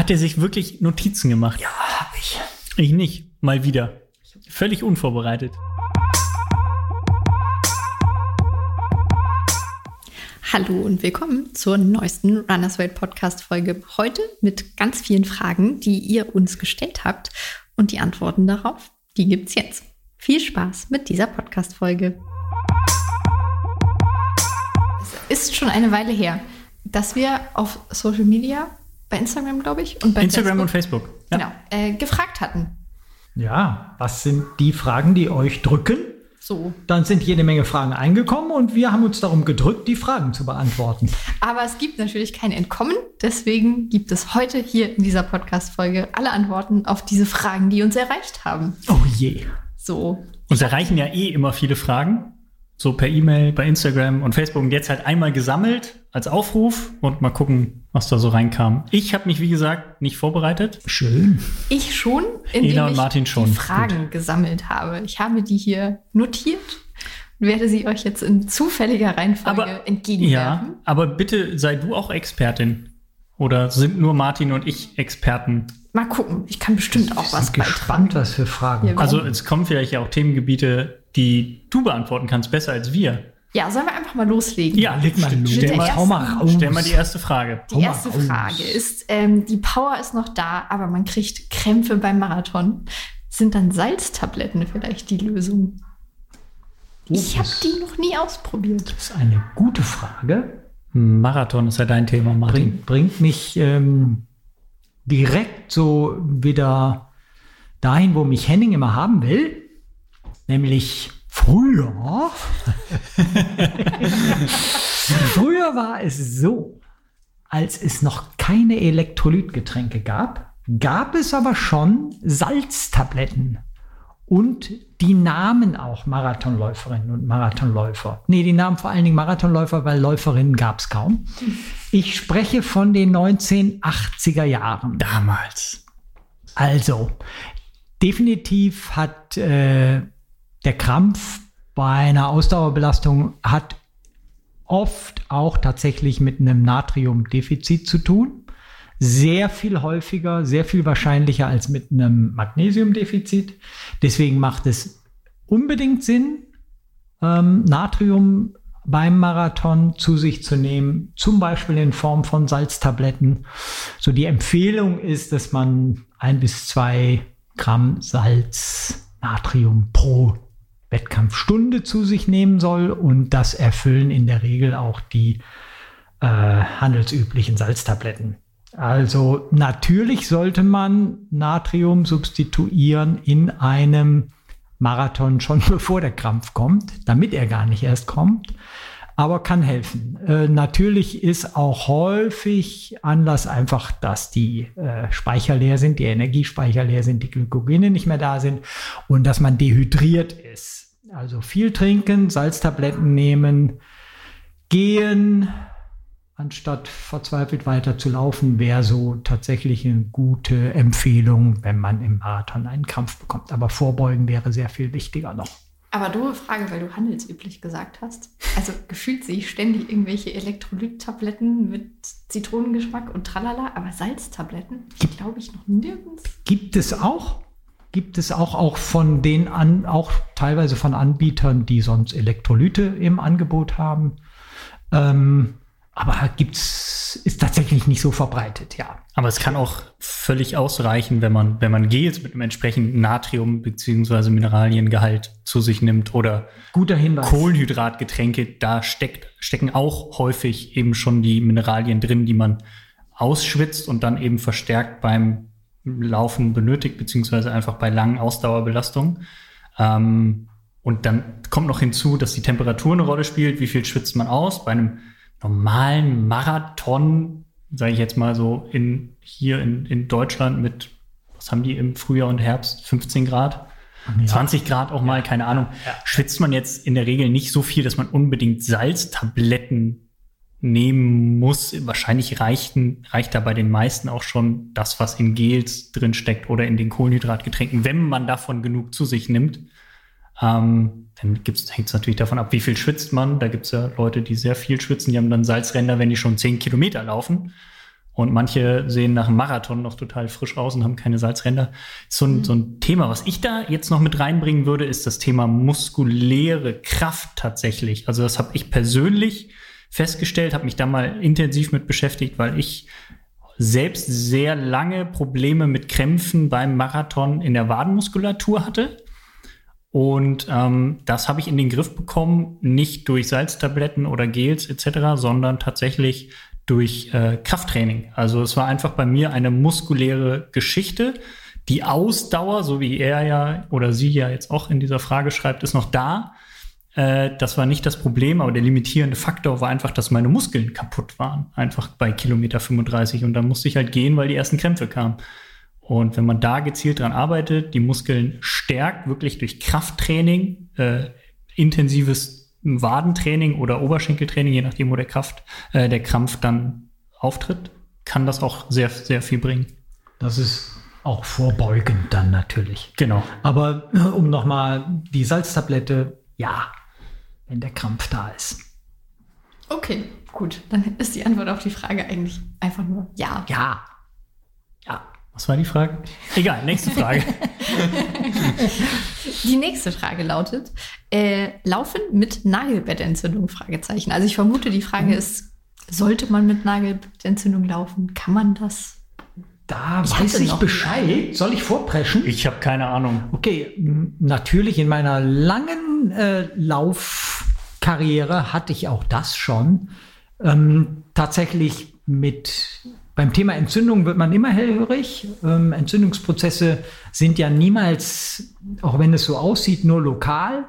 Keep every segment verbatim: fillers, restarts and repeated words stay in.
hat er sich wirklich Notizen gemacht? Ja, hab ich. Ich nicht. Mal wieder. Völlig unvorbereitet. Hallo und willkommen zur neuesten Runners World Podcast-Folge. Heute mit ganz vielen Fragen, die ihr uns gestellt habt. Und die Antworten darauf, die gibt's jetzt. Viel Spaß mit dieser Podcast-Folge. Es ist schon eine Weile her, dass wir auf Social Media, bei Instagram, glaube ich, und bei Instagram Facebook, und Facebook. Ja. Genau, äh, gefragt hatten. Ja, was sind die Fragen, die euch drücken? So. Dann sind jede Menge Fragen eingekommen und wir haben uns darum gedrückt, die Fragen zu beantworten. Aber es gibt natürlich kein Entkommen. Deswegen gibt es heute hier in dieser Podcast-Folge alle Antworten auf diese Fragen, die uns erreicht haben. Oh je. So. Uns erreichen ja eh immer viele Fragen. So per E-Mail, bei Instagram und Facebook. Und jetzt halt einmal gesammelt als Aufruf und mal gucken, was da so reinkam. Ich habe mich, wie gesagt, nicht vorbereitet. Schön. Ich schon, indem Ela und ich Martin schon. die Fragen Gut. gesammelt habe. Ich habe die hier notiert und werde sie euch jetzt in zufälliger Reihenfolge Aber, entgegenwerfen. Ja, aber bitte sei du auch Expertin. Oder sind nur Martin und ich Experten? Mal gucken, ich kann bestimmt auch was Ich bin gespannt, beitragen. was für Fragen. Ja, Also es kommen vielleicht ja auch Themengebiete, die du beantworten kannst, besser als wir. Ja, sollen wir einfach mal loslegen? Ja, Leg mal los. Stell mal- Hau mal raus. Stell mal die erste Frage. Die Hau mal erste raus. Frage ist, ähm, die Power ist noch da, aber man kriegt Krämpfe beim Marathon. Sind dann Salztabletten vielleicht die Lösung? Oh, Ich habe das die noch nie ausprobiert. ist eine gute Frage. Marathon ist ja dein Thema, Martin. Bringt, bringt mich ähm, direkt so wieder dahin, wo mich Henning immer haben will. Nämlich früher. Früher war es so, als es noch keine Elektrolytgetränke gab, gab es aber schon Salztabletten. Und die Namen auch Marathonläuferinnen und Marathonläufer. Nee, die Namen vor allen Dingen Marathonläufer, weil Läuferinnen gab es kaum. Ich spreche von den neunzehnhundertachtziger Jahren. Damals. Also, definitiv hat äh, der Krampf bei einer Ausdauerbelastung hat oft auch tatsächlich mit einem Natriumdefizit zu tun. Sehr viel häufiger, sehr viel wahrscheinlicher als mit einem Magnesiumdefizit. Deswegen macht es unbedingt Sinn, ähm, Natrium beim Marathon zu sich zu nehmen, zum Beispiel in Form von Salztabletten. So die Empfehlung ist, dass man ein bis zwei Gramm Salz, Natrium pro Wettkampfstunde zu sich nehmen soll und das erfüllen in der Regel auch die äh, handelsüblichen Salztabletten. Also natürlich sollte man Natrium substituieren in einem Marathon schon bevor der Krampf kommt, damit er gar nicht erst kommt, aber kann helfen. Äh, natürlich ist auch häufig Anlass einfach, dass die äh, Speicher leer sind, die Energiespeicher leer sind, die Glykogene nicht mehr da sind und dass man dehydriert ist. Also viel trinken, Salztabletten nehmen, gehen, anstatt verzweifelt weiter zu laufen, wäre so tatsächlich eine gute Empfehlung, wenn man im Marathon einen Krampf bekommt. Aber vorbeugen wäre sehr viel wichtiger noch. Aber doofe Frage, weil du handelsüblich gesagt hast. Also gefühlt sehe ich ständig irgendwelche Elektrolyttabletten mit Zitronengeschmack und tralala, aber Salztabletten, glaube ich, noch nirgends. Gibt es auch? Gibt es auch, auch von den an, auch teilweise von Anbietern, die sonst Elektrolyte im Angebot haben. Ähm, Aber gibt's, ist tatsächlich nicht so verbreitet, ja. Aber es kann auch völlig ausreichen, wenn man, wenn man Gels mit einem entsprechenden Natrium- bzw. Mineraliengehalt zu sich nimmt oder Guter Hinweis. Kohlenhydratgetränke. Da steckt, stecken auch häufig eben schon die Mineralien drin, die man ausschwitzt und dann eben verstärkt beim Laufen benötigt, beziehungsweise einfach bei langen Ausdauerbelastungen. Ähm, und dann kommt noch hinzu, dass die Temperatur eine Rolle spielt. Wie viel schwitzt man aus? Bei einem normalen Marathon, sage ich jetzt mal so, in, hier in, in Deutschland mit, was haben die im Frühjahr und Herbst? fünfzehn Grad? Ja. zwanzig Grad auch mal, keine Ahnung. Ja. Schwitzt man jetzt in der Regel nicht so viel, dass man unbedingt Salztabletten nehmen muss. Wahrscheinlich reichten, reicht da bei den meisten auch schon das, was in Gels drin steckt oder in den Kohlenhydratgetränken, wenn man davon genug zu sich nimmt. Ähm, dann hängt es natürlich davon ab, wie viel schwitzt man. Da gibt es ja Leute, die sehr viel schwitzen, die haben dann Salzränder, wenn die schon zehn Kilometer laufen. Und manche sehen nach einem Marathon noch total frisch aus und haben keine Salzränder. So ein, mhm. so ein Thema, was ich da jetzt noch mit reinbringen würde, ist das Thema muskuläre Kraft tatsächlich. Also das habe ich persönlich festgestellt, habe mich da mal intensiv mit beschäftigt, weil ich selbst sehr lange Probleme mit Krämpfen beim Marathon in der Wadenmuskulatur hatte. Und ähm, das habe ich in den Griff bekommen, nicht durch Salztabletten oder Gels et cetera, sondern tatsächlich durch äh, Krafttraining. Also es war einfach bei mir eine muskuläre Geschichte. Die Ausdauer, so wie er ja oder sie ja jetzt auch in dieser Frage schreibt, ist noch da. Äh, das war nicht das Problem, aber der limitierende Faktor war einfach, dass meine Muskeln kaputt waren. Einfach bei Kilometer fünfunddreißig. Und dann musste ich halt gehen, weil die ersten Krämpfe kamen. Und wenn man da gezielt dran arbeitet, die Muskeln stärkt, wirklich durch Krafttraining, äh, intensives Wadentraining oder Oberschenkeltraining, je nachdem, wo der Kraft, äh, der Krampf dann auftritt, kann das auch sehr, sehr viel bringen. Das ist auch vorbeugend dann natürlich. Genau. Aber um nochmal die Salztablette, ja, wenn der Krampf da ist. Okay, gut. Dann ist die Antwort auf die Frage eigentlich einfach nur ja. Ja. Ja. Was war die Frage? Egal, nächste Frage. Die nächste Frage lautet, äh, Laufen mit Nagelbettentzündung? Fragezeichen. Also ich vermute, die Frage mhm. ist, sollte man mit Nagelbettentzündung laufen? Kann man das? Da ich weiß ich Bescheid. Einen. Soll ich vorpreschen? Ich habe keine Ahnung. Okay, natürlich in meiner langen äh, Laufkarriere hatte ich auch das schon. Ähm, tatsächlich mit... Beim Thema Entzündung wird man immer hellhörig. Ähm, Entzündungsprozesse sind ja niemals, auch wenn es so aussieht, nur lokal,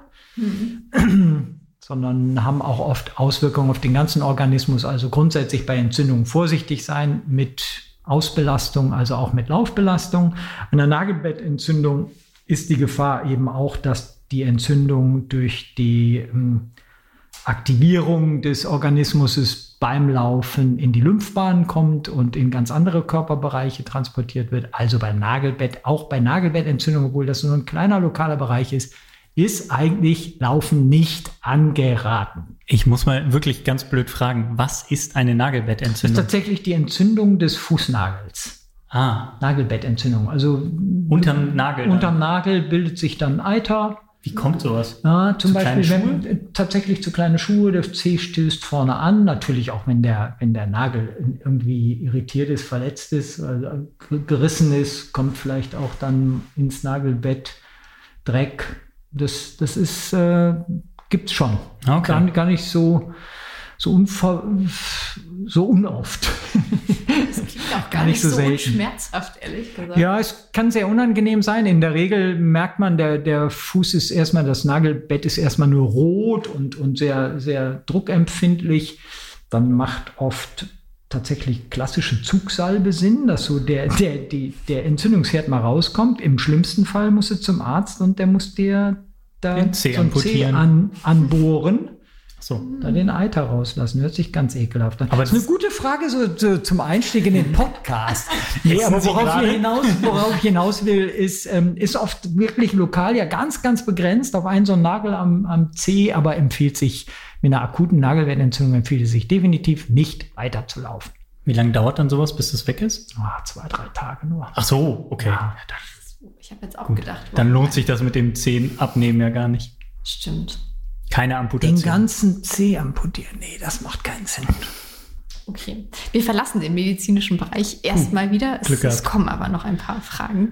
mhm. sondern haben auch oft Auswirkungen auf den ganzen Organismus. Also grundsätzlich bei Entzündungen vorsichtig sein mit Ausbelastung, also auch mit Laufbelastung. An der Nagelbettentzündung ist die Gefahr eben auch, dass die Entzündung durch die ähm, Aktivierung des Organismus beim Laufen in die Lymphbahn kommt und in ganz andere Körperbereiche transportiert wird. Also beim Nagelbett, auch bei Nagelbettentzündung, obwohl das nur ein kleiner lokaler Bereich ist, ist eigentlich Laufen nicht angeraten. Ich muss mal wirklich ganz blöd fragen, was ist eine Nagelbettentzündung? Das ist tatsächlich die Entzündung des Fußnagels. Ah. Nagelbettentzündung. Also unterm Nagel. Unterm Nagel bildet sich dann Eiter. Wie kommt sowas? Ja, zum zu Beispiel wenn, äh, tatsächlich zu kleine Schuhe, der Zeh stößt vorne an. Natürlich auch, wenn der, wenn der Nagel irgendwie irritiert ist, verletzt ist, also gerissen ist, kommt vielleicht auch dann ins Nagelbett Dreck. Das, das ist, äh, gibt's schon. Okay. Gar, gar nicht so, so, unver, so unoft. Das klingt auch gar nicht so, so schmerzhaft, ehrlich gesagt. Ja, es kann sehr unangenehm sein. In der Regel merkt man, der, der Fuß ist erstmal, das Nagelbett ist erstmal nur rot und, und sehr, sehr druckempfindlich. Dann macht oft tatsächlich klassische Zugsalbe Sinn, dass so der, der, die, der Entzündungsherd mal rauskommt. Im schlimmsten Fall muss er zum Arzt und der muss dir da den Zeh so ein Zeh an, anbohren. So, da den Eiter rauslassen. Hört sich ganz ekelhaft an. Aber das ist eine gute Frage so, so zum Einstieg in den Podcast. Nee, aber worauf ich, hinaus, worauf ich hinaus will, ist, ähm, ist oft wirklich lokal ja ganz, ganz begrenzt auf einen so einen Nagel am, am Zeh, aber empfiehlt sich mit einer akuten Nagelbettentzündung empfiehlt es sich definitiv nicht weiterzulaufen. Wie lange dauert dann sowas, bis das weg ist? Oh, zwei, drei Tage nur. Ach so, okay. Ja. Ich habe jetzt auch Gut. gedacht. Dann lohnt sich das mit dem Zehen abnehmen ja gar nicht. Stimmt. Keine Amputation. Den ganzen Zeh amputieren. Nee, das macht keinen Sinn. Okay. Wir verlassen den medizinischen Bereich erstmal wieder. Es, es kommen aber noch ein paar Fragen.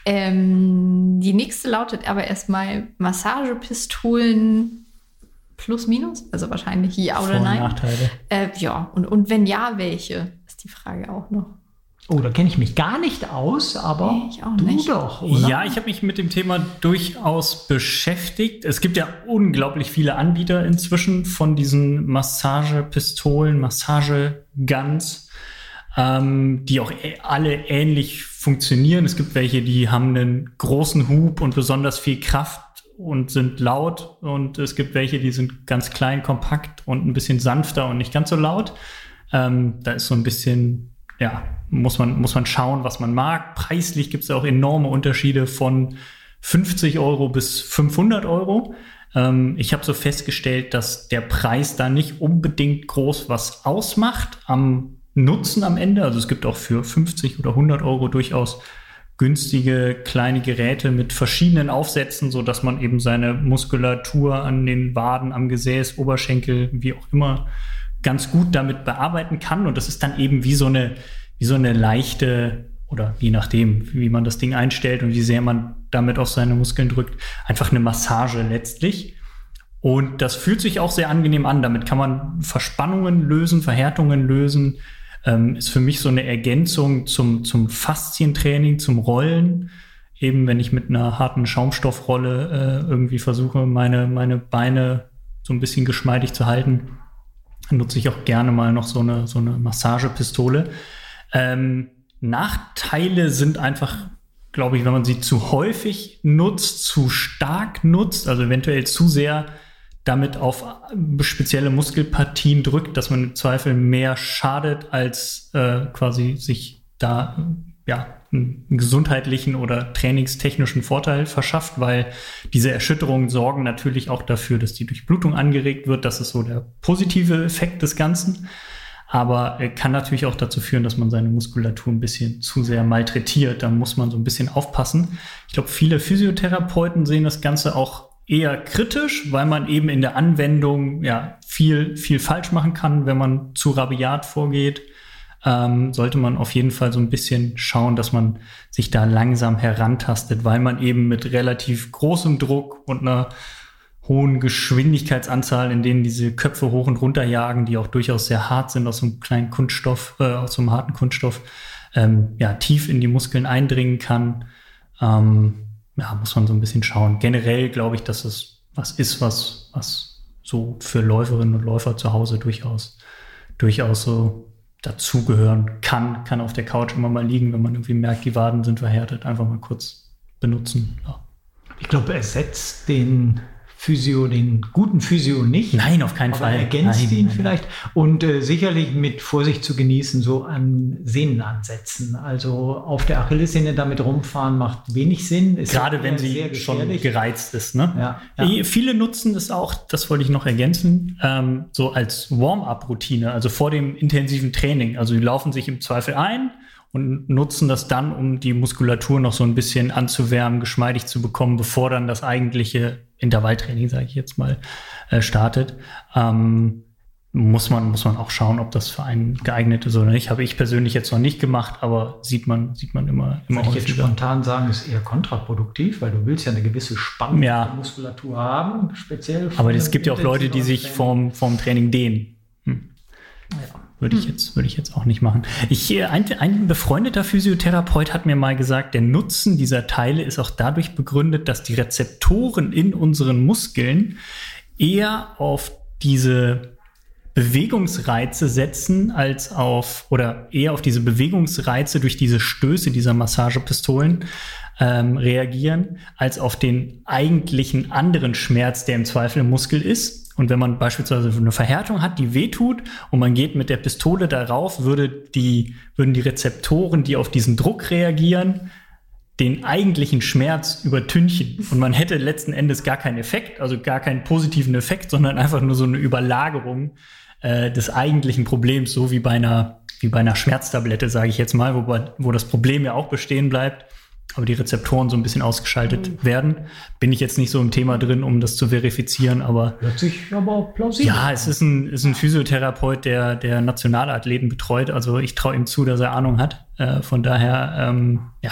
Ähm, die nächste lautet aber erstmal Massagepistolen plus minus? Also wahrscheinlich ja oder nein? Nachteile. Äh, ja. Und, und wenn ja, welche? Ist die Frage auch noch. Oh, da kenne ich mich gar nicht aus, aber nee, ich auch du nicht. doch, oder? Ja, ich habe mich mit dem Thema durchaus beschäftigt. Es gibt ja unglaublich viele Anbieter inzwischen von diesen Massagepistolen, Massageguns, ähm, die auch alle ähnlich funktionieren. Es gibt welche, die haben einen großen Hub und besonders viel Kraft und sind laut. Und es gibt welche, die sind ganz klein, kompakt und ein bisschen sanfter und nicht ganz so laut. Ähm, da ist so ein bisschen... Ja, muss man, muss man schauen, was man mag. Preislich gibt es auch enorme Unterschiede von fünfzig Euro bis fünfhundert Euro. Ähm, ich habe so festgestellt, dass der Preis da nicht unbedingt groß was ausmacht. Am Nutzen am Ende. Also es gibt auch für fünfzig oder hundert Euro durchaus günstige kleine Geräte mit verschiedenen Aufsätzen, so dass man eben seine Muskulatur an den Waden, am Gesäß, Oberschenkel, wie auch immer, ganz gut damit bearbeiten kann. Und das ist dann eben wie so eine, wie so eine leichte, oder je nachdem, wie man das Ding einstellt und wie sehr man damit auf seine Muskeln drückt, einfach eine Massage letztlich. Und das fühlt sich auch sehr angenehm an. Damit kann man Verspannungen lösen, Verhärtungen lösen. Ähm, ist für mich so eine Ergänzung zum, zum Faszientraining, zum Rollen. Eben, wenn ich mit einer harten Schaumstoffrolle äh, irgendwie versuche, meine, meine Beine so ein bisschen geschmeidig zu halten, dann nutze ich auch gerne mal noch so eine, so eine Massagepistole. Ähm, Nachteile sind einfach, glaube ich, wenn man sie zu häufig nutzt, zu stark nutzt, also eventuell zu sehr damit auf spezielle Muskelpartien drückt, dass man im Zweifel mehr schadet, als äh, quasi sich da ja, einen gesundheitlichen oder trainingstechnischen Vorteil verschafft, weil diese Erschütterungen sorgen natürlich auch dafür, dass die Durchblutung angeregt wird. Das ist so der positive Effekt des Ganzen. Aber äh, kann natürlich auch dazu führen, dass man seine Muskulatur ein bisschen zu sehr malträtiert. Da muss man so ein bisschen aufpassen. Ich glaube, viele Physiotherapeuten sehen das Ganze auch eher kritisch, weil man eben in der Anwendung ja viel, viel falsch machen kann, wenn man zu rabiat vorgeht. Ähm, sollte man auf jeden Fall so ein bisschen schauen, dass man sich da langsam herantastet, weil man eben mit relativ großem Druck und einer hohen Geschwindigkeitsanzahl, in denen diese Köpfe hoch und runter jagen, die auch durchaus sehr hart sind, aus so einem kleinen Kunststoff, äh, aus so einem harten Kunststoff, ähm, ja, tief in die Muskeln eindringen kann. Ähm, ja, muss man so ein bisschen schauen. Generell glaube ich, dass es was ist, was, was so für Läuferinnen und Läufer zu Hause durchaus, durchaus so dazugehören kann. Kann auf der Couch immer mal liegen, wenn man irgendwie merkt, die Waden sind verhärtet, einfach mal kurz benutzen. Ja. Ich glaube, ersetzt den Physio, den guten Physio nicht. Nein, auf keinen aber Fall. Ergänzt nein, ihn nein, vielleicht. Und äh, sicherlich mit Vorsicht zu genießen, so an Sehnenansätzen. Also auf der Achillessehne damit rumfahren macht wenig Sinn. Ist gerade wenn sie schon gereizt ist. Ne? Ja, ja. Viele nutzen das auch, das wollte ich noch ergänzen, ähm, so als Warm-up-Routine, also vor dem intensiven Training. Also die laufen sich im Zweifel ein und nutzen das dann, um die Muskulatur noch so ein bisschen anzuwärmen, geschmeidig zu bekommen, bevor dann das eigentliche Intervalltraining, sage ich jetzt mal, äh, startet. Ähm, muss man, muss man auch schauen, ob das für einen geeignet ist oder nicht. Habe ich persönlich jetzt noch nicht gemacht, aber sieht man, sieht man immer, immer Würde ich jetzt häufiger. spontan sagen, ist eher kontraproduktiv, weil du willst ja eine gewisse Spannung Ja. der Muskulatur haben, speziell. Aber es gibt ja auch Leute, die sich vorm, vorm Training dehnen. Hm. Ja. Würde ich jetzt, würde ich jetzt auch nicht machen. Ich, ein, ein befreundeter Physiotherapeut hat mir mal gesagt, der Nutzen dieser Teile ist auch dadurch begründet, dass die Rezeptoren in unseren Muskeln eher auf diese Bewegungsreize setzen als auf, oder eher auf diese Bewegungsreize durch diese Stöße dieser Massagepistolen ähm, reagieren, als auf den eigentlichen anderen Schmerz, der im Zweifel im Muskel ist. Und wenn man beispielsweise eine Verhärtung hat, die wehtut, und man geht mit der Pistole darauf, würde die, würden die Rezeptoren, die auf diesen Druck reagieren, den eigentlichen Schmerz übertünchen. Und man hätte letzten Endes gar keinen Effekt, also gar keinen positiven Effekt, sondern einfach nur so eine Überlagerung äh, des eigentlichen Problems, so wie bei einer, wie bei einer Schmerztablette, sage ich jetzt mal, wo, wo das Problem ja auch bestehen bleibt, aber die Rezeptoren so ein bisschen ausgeschaltet mhm. werden. Bin ich jetzt nicht so im Thema drin, um das zu verifizieren, aber hört sich aber auch plausibel. Ja, es ist ein, ist ein Physiotherapeut, der, der Nationalathleten betreut. Also ich traue ihm zu, dass er Ahnung hat. Äh, von daher, ähm, ja,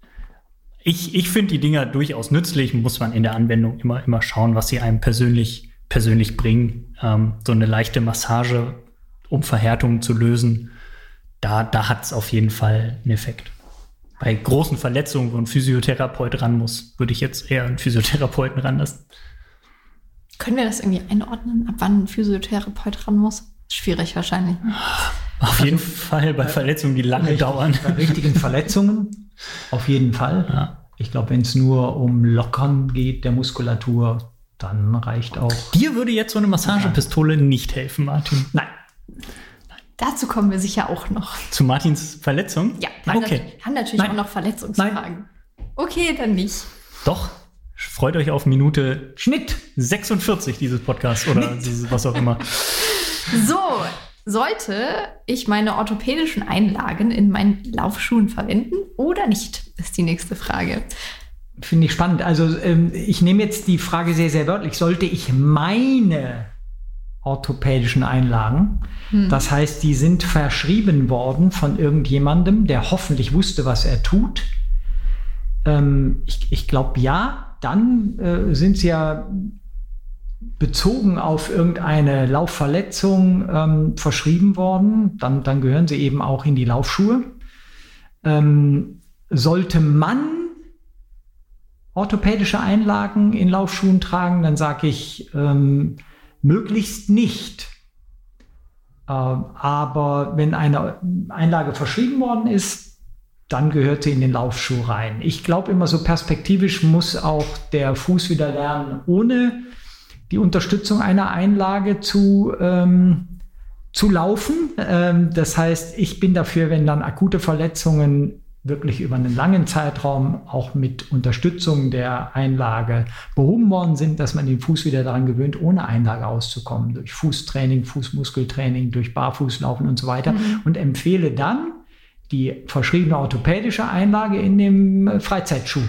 ich, ich finde die Dinger durchaus nützlich. Muss man in der Anwendung immer, immer schauen, was sie einem persönlich, persönlich bringen. Ähm, so eine leichte Massage, um Verhärtungen zu lösen, da, da hat es auf jeden Fall einen Effekt. Bei großen Verletzungen, wo ein Physiotherapeut ran muss, würde ich jetzt eher einen Physiotherapeuten ranlassen. Können wir das irgendwie einordnen, ab wann ein Physiotherapeut ran muss? Schwierig wahrscheinlich. Auf jeden Fall bei Verletzungen, die lange Richtig, dauern. Bei richtigen Verletzungen auf jeden Fall. Ja. Ich glaube, wenn es nur um Lockern geht der Muskulatur, dann reicht auch. Dir würde jetzt so eine Massagepistole nicht helfen, Martin. Nein. Dazu kommen wir sicher auch noch. Zu Martins Verletzung? Ja, wir haben, okay. nat- haben natürlich Nein. auch noch Verletzungsfragen. Okay, dann nicht. Doch. Freut euch auf Minute Schnitt sechsundvierzig dieses Podcast oder dieses, was auch immer. So, Sollte ich meine orthopädischen Einlagen in meinen Laufschuhen verwenden oder nicht, ist die nächste Frage. Finde ich spannend. Also ähm, ich nehme jetzt die Frage sehr, sehr wörtlich. Sollte ich meine orthopädischen Einlagen, hm. das heißt, die sind verschrieben worden von irgendjemandem, der hoffentlich wusste, was er tut. Ähm, ich ich glaube, ja, dann äh, sind sie ja bezogen auf irgendeine Laufverletzung ähm, verschrieben worden, dann, dann gehören sie eben auch in die Laufschuhe. Ähm, sollte man orthopädische Einlagen in Laufschuhen tragen, dann sage ich ähm, möglichst nicht. Äh, aber wenn eine Einlage verschrieben worden ist, dann gehört sie in den Laufschuh rein. Ich glaube immer so perspektivisch muss auch der Fuß wieder lernen, ohne die Unterstützung einer Einlage zu, ähm, zu laufen. Ähm, das heißt, ich bin dafür, wenn dann akute Verletzungen wirklich über einen langen Zeitraum auch mit Unterstützung der Einlage behoben worden sind, dass man den Fuß wieder daran gewöhnt, ohne Einlage auszukommen, durch Fußtraining, Fußmuskeltraining, durch Barfußlaufen und so weiter. Mhm. Und empfehle dann die verschriebene orthopädische Einlage in dem Freizeitschuh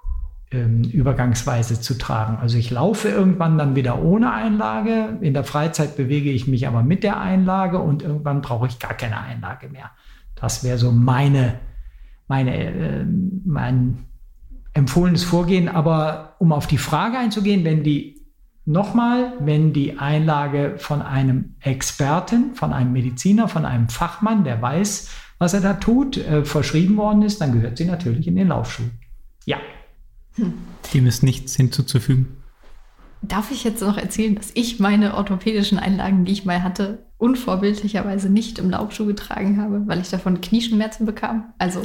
übergangsweise zu tragen. Also ich laufe irgendwann dann wieder ohne Einlage, in der Freizeit bewege ich mich aber mit der Einlage und irgendwann brauche ich gar keine Einlage mehr. Das wäre so meine, meine, äh, mein empfohlenes Vorgehen. Aber um auf die Frage einzugehen, wenn die, nochmal, wenn die Einlage von einem Experten, von einem Mediziner, von einem Fachmann, der weiß, was er da tut, äh, verschrieben worden ist, dann gehört sie natürlich in den Laufschuh. Ja. Dem ist nichts hinzuzufügen. Darf ich jetzt noch erzählen, dass ich meine orthopädischen Einlagen, die ich mal hatte, unvorbildlicherweise nicht im Laufschuh getragen habe, weil ich davon Knieschmerzen bekam? Also,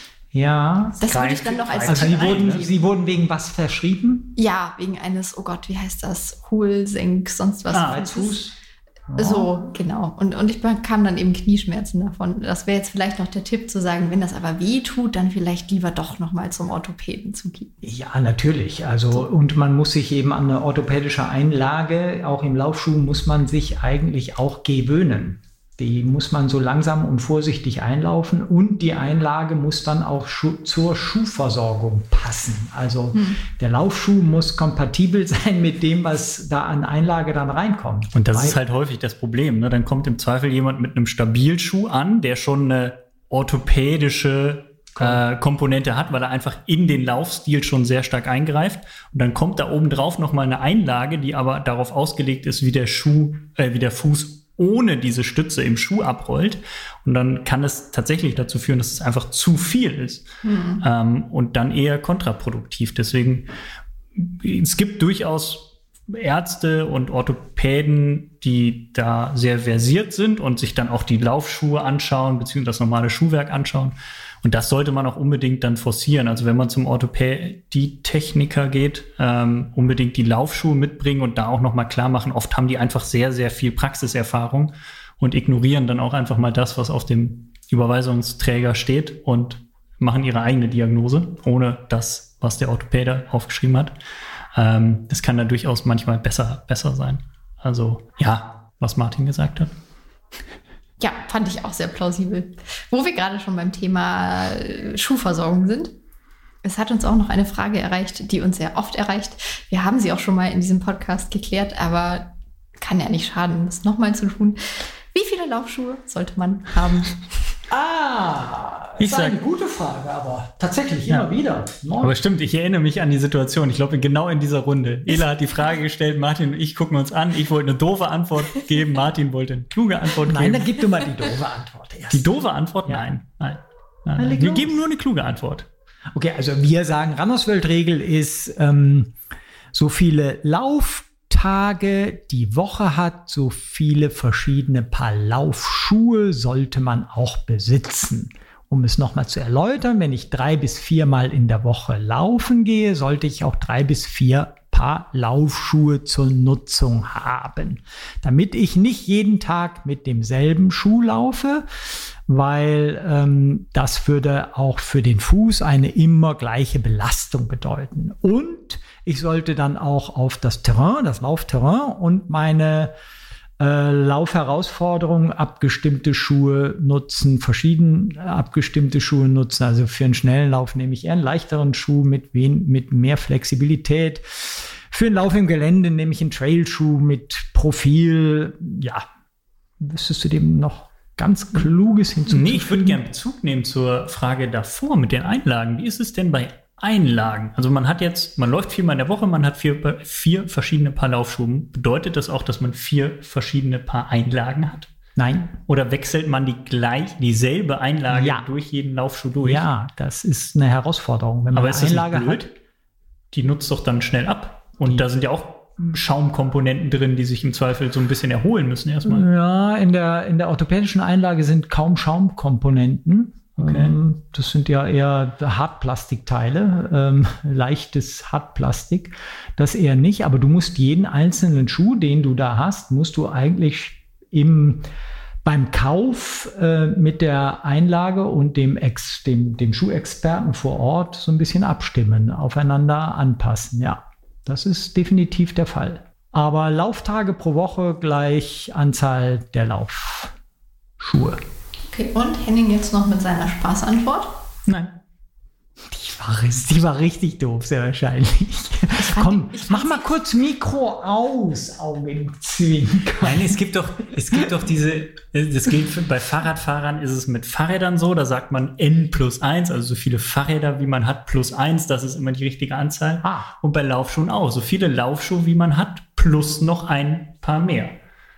ja. Das würde ich dann noch als Also sie wurden, sie wurden wegen was verschrieben? Ja, wegen eines, oh Gott, wie heißt das? Hohlsenk, sonst was. Ah, als Fuß? So, genau. Und, und ich bekam dann eben Knieschmerzen davon. Das wäre jetzt vielleicht noch der Tipp zu sagen, wenn das aber weh tut, dann vielleicht lieber doch nochmal zum Orthopäden zu gehen. Ja, natürlich. Also, und man muss sich eben an eine orthopädische Einlage, auch im Laufschuh, muss man sich eigentlich auch gewöhnen. Die muss man so langsam und vorsichtig einlaufen und die Einlage muss dann auch schu- zur Schuhversorgung passen. Also hm. der Laufschuh muss kompatibel sein mit dem, was da an Einlage dann reinkommt. Und das Weil, ist halt häufig das Problem. Ne? Dann kommt im Zweifel jemand mit einem Stabilschuh an, der schon eine orthopädische äh, Komponente hat, weil er einfach in den Laufstil schon sehr stark eingreift. Und dann kommt da oben drauf nochmal eine Einlage, die aber darauf ausgelegt ist, wie der Schuh, äh, wie der Fuß ohne diese Stütze im Schuh abrollt. Und dann kann es tatsächlich dazu führen, dass es einfach zu viel ist. Mhm. Ähm, und dann eher kontraproduktiv. Deswegen, es gibt durchaus Ärzte und Orthopäden, die da sehr versiert sind und sich dann auch die Laufschuhe anschauen, beziehungsweise das normale Schuhwerk anschauen. Und das sollte man auch unbedingt dann forcieren. Also wenn man zum Orthopädie-Techniker geht, ähm, unbedingt die Laufschuhe mitbringen und da auch nochmal klar machen, oft haben die einfach sehr, sehr viel Praxiserfahrung und ignorieren dann auch einfach mal das, was auf dem Überweisungsträger steht und machen ihre eigene Diagnose, ohne das, was der Orthopäde aufgeschrieben hat. Ähm, das kann dann durchaus manchmal besser, besser sein. Also ja, was Martin gesagt hat. Ja, fand ich auch sehr plausibel. Wo wir gerade schon beim Thema Schuhversorgung sind. Es hat uns auch noch eine Frage erreicht, die uns sehr oft erreicht. Wir haben sie auch schon mal in diesem Podcast geklärt, aber kann ja nicht schaden, das nochmal zu tun. Wie viele Laufschuhe sollte man haben? Ah, das ich ist sag, eine gute Frage, aber tatsächlich ja. immer wieder. Neun. Aber stimmt, ich erinnere mich an die Situation. Ich glaube, genau in dieser Runde. Ela hat die Frage gestellt, Martin und ich gucken uns an. Ich wollte eine doofe Antwort geben, Martin wollte eine kluge Antwort Nein, geben. Nein, dann gib du mal die doofe Antwort erst. Die doofe Antwort? Ja. Nein. Nein. nein, nein. Wir geben nur eine kluge Antwort. Okay, also wir sagen, Randerswelt-Regel ist, ähm, so viele Lauftage die Woche hat, so viele verschiedene Paar Laufschuhe sollte man auch besitzen. Um es nochmal zu erläutern, wenn ich drei bis viermal in der Woche laufen gehe, sollte ich auch drei bis vier Paar Laufschuhe zur Nutzung haben, damit ich nicht jeden Tag mit demselben Schuh laufe, weil ähm, das würde auch für den Fuß eine immer gleiche Belastung bedeuten. Und ich sollte dann auch auf das Terrain, das Laufterrain und meine Äh, Laufherausforderungen, abgestimmte Schuhe nutzen, verschieden abgestimmte Schuhe nutzen. Also für einen schnellen Lauf nehme ich eher einen leichteren Schuh mit, wen, mit mehr Flexibilität. Für einen Lauf im Gelände nehme ich einen Trailschuh mit Profil. Ja, wüsstest du dem noch ganz Kluges hinzufügen? Nee, ich würde gerne Bezug nehmen zur Frage davor mit den Einlagen. Wie ist es denn bei Einlagen? Also man hat jetzt, man läuft viermal in der Woche, man hat vier, vier verschiedene Paar Laufschuhe. Bedeutet das auch, dass man vier verschiedene Paar Einlagen hat? Nein. Oder wechselt man die gleich, dieselbe Einlage ja. durch jeden Laufschuh durch? Ja, das ist eine Herausforderung. Wenn man Aber ist eine das Einlage nicht blöd? hat, die nutzt doch dann schnell ab. Und die, da sind ja auch Schaumkomponenten drin, die sich im Zweifel so ein bisschen erholen müssen erstmal. Ja, in der, in der orthopädischen Einlage sind kaum Schaumkomponenten. Okay. Das sind ja eher Hartplastikteile, ähm, leichtes Hartplastik. Das eher nicht, aber du musst jeden einzelnen Schuh, den du da hast, musst du eigentlich im, beim Kauf äh, mit der Einlage und dem, Ex, dem, dem Schuhexperten vor Ort so ein bisschen abstimmen, aufeinander anpassen. Ja, das ist definitiv der Fall. Aber Lauftage pro Woche gleich Anzahl der Laufschuhe. Okay, und Henning jetzt noch mit seiner Spaßantwort? Nein. Die war, die war richtig doof, sehr wahrscheinlich. Komm, mach mal kurz Mikro aus, Augenzwinkern. Nein, es gibt doch, es gibt doch diese, das gilt für, bei Fahrradfahrern ist es mit Fahrrädern so, da sagt man N plus eins, also so viele Fahrräder, wie man hat, plus eins, das ist immer die richtige Anzahl. Ah. Und bei Laufschuhen auch, so viele Laufschuhe, wie man hat, plus noch ein paar mehr.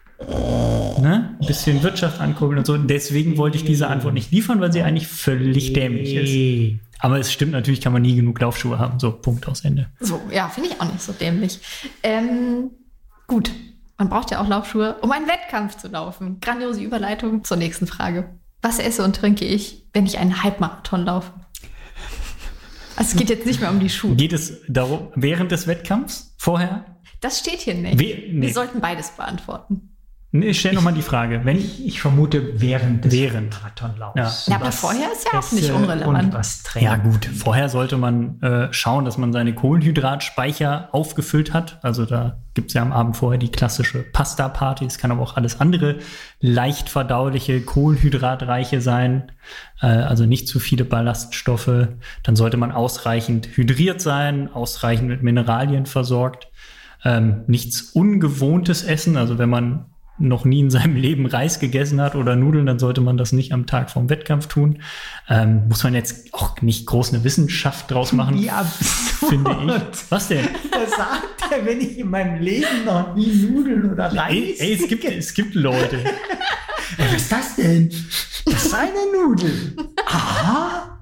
Ne? Ein bisschen Wirtschaft ankurbeln und so. Deswegen wollte ich diese Antwort nicht liefern, weil sie eigentlich völlig dämlich ist. Aber es stimmt, natürlich kann man nie genug Laufschuhe haben. So, Punkt, aus Ende. So, ja, finde ich auch nicht so dämlich. Ähm, gut, man braucht ja auch Laufschuhe, um einen Wettkampf zu laufen. Grandiose Überleitung zur nächsten Frage. Was esse und trinke ich, wenn ich einen Halbmarathon laufe? Also es geht jetzt nicht mehr um die Schuhe. Geht es darum, während des Wettkampfs? Vorher? Das steht hier nicht. We- nee. Wir sollten beides beantworten. Nee, ich stelle nochmal die Frage. Wenn Ich, ich vermute während des Während. Marathonlaufs. Ja, aber vorher ist ja auch nicht unrelevant. Und was trinken. Ja gut, vorher sollte man äh, schauen, dass man seine Kohlenhydratspeicher aufgefüllt hat. Also da gibt es ja am Abend vorher die klassische Pasta-Party. Es kann aber auch alles andere leicht verdauliche, kohlenhydratreiche sein. Äh, also nicht zu viele Ballaststoffe. Dann sollte man ausreichend hydriert sein, ausreichend mit Mineralien versorgt. Ähm, nichts Ungewohntes essen. Also wenn man noch nie in seinem Leben Reis gegessen hat oder Nudeln, dann sollte man das nicht am Tag vorm Wettkampf tun. Ähm, muss man jetzt auch nicht groß eine Wissenschaft draus machen, Wie absurd. finde ich. Was denn? Das sagt er, wenn ich in meinem Leben noch nie Nudeln oder Reis Ey, ey es, gibt, es gibt Leute. Ey, was ist das denn? Das ist eine Nudel. Aha.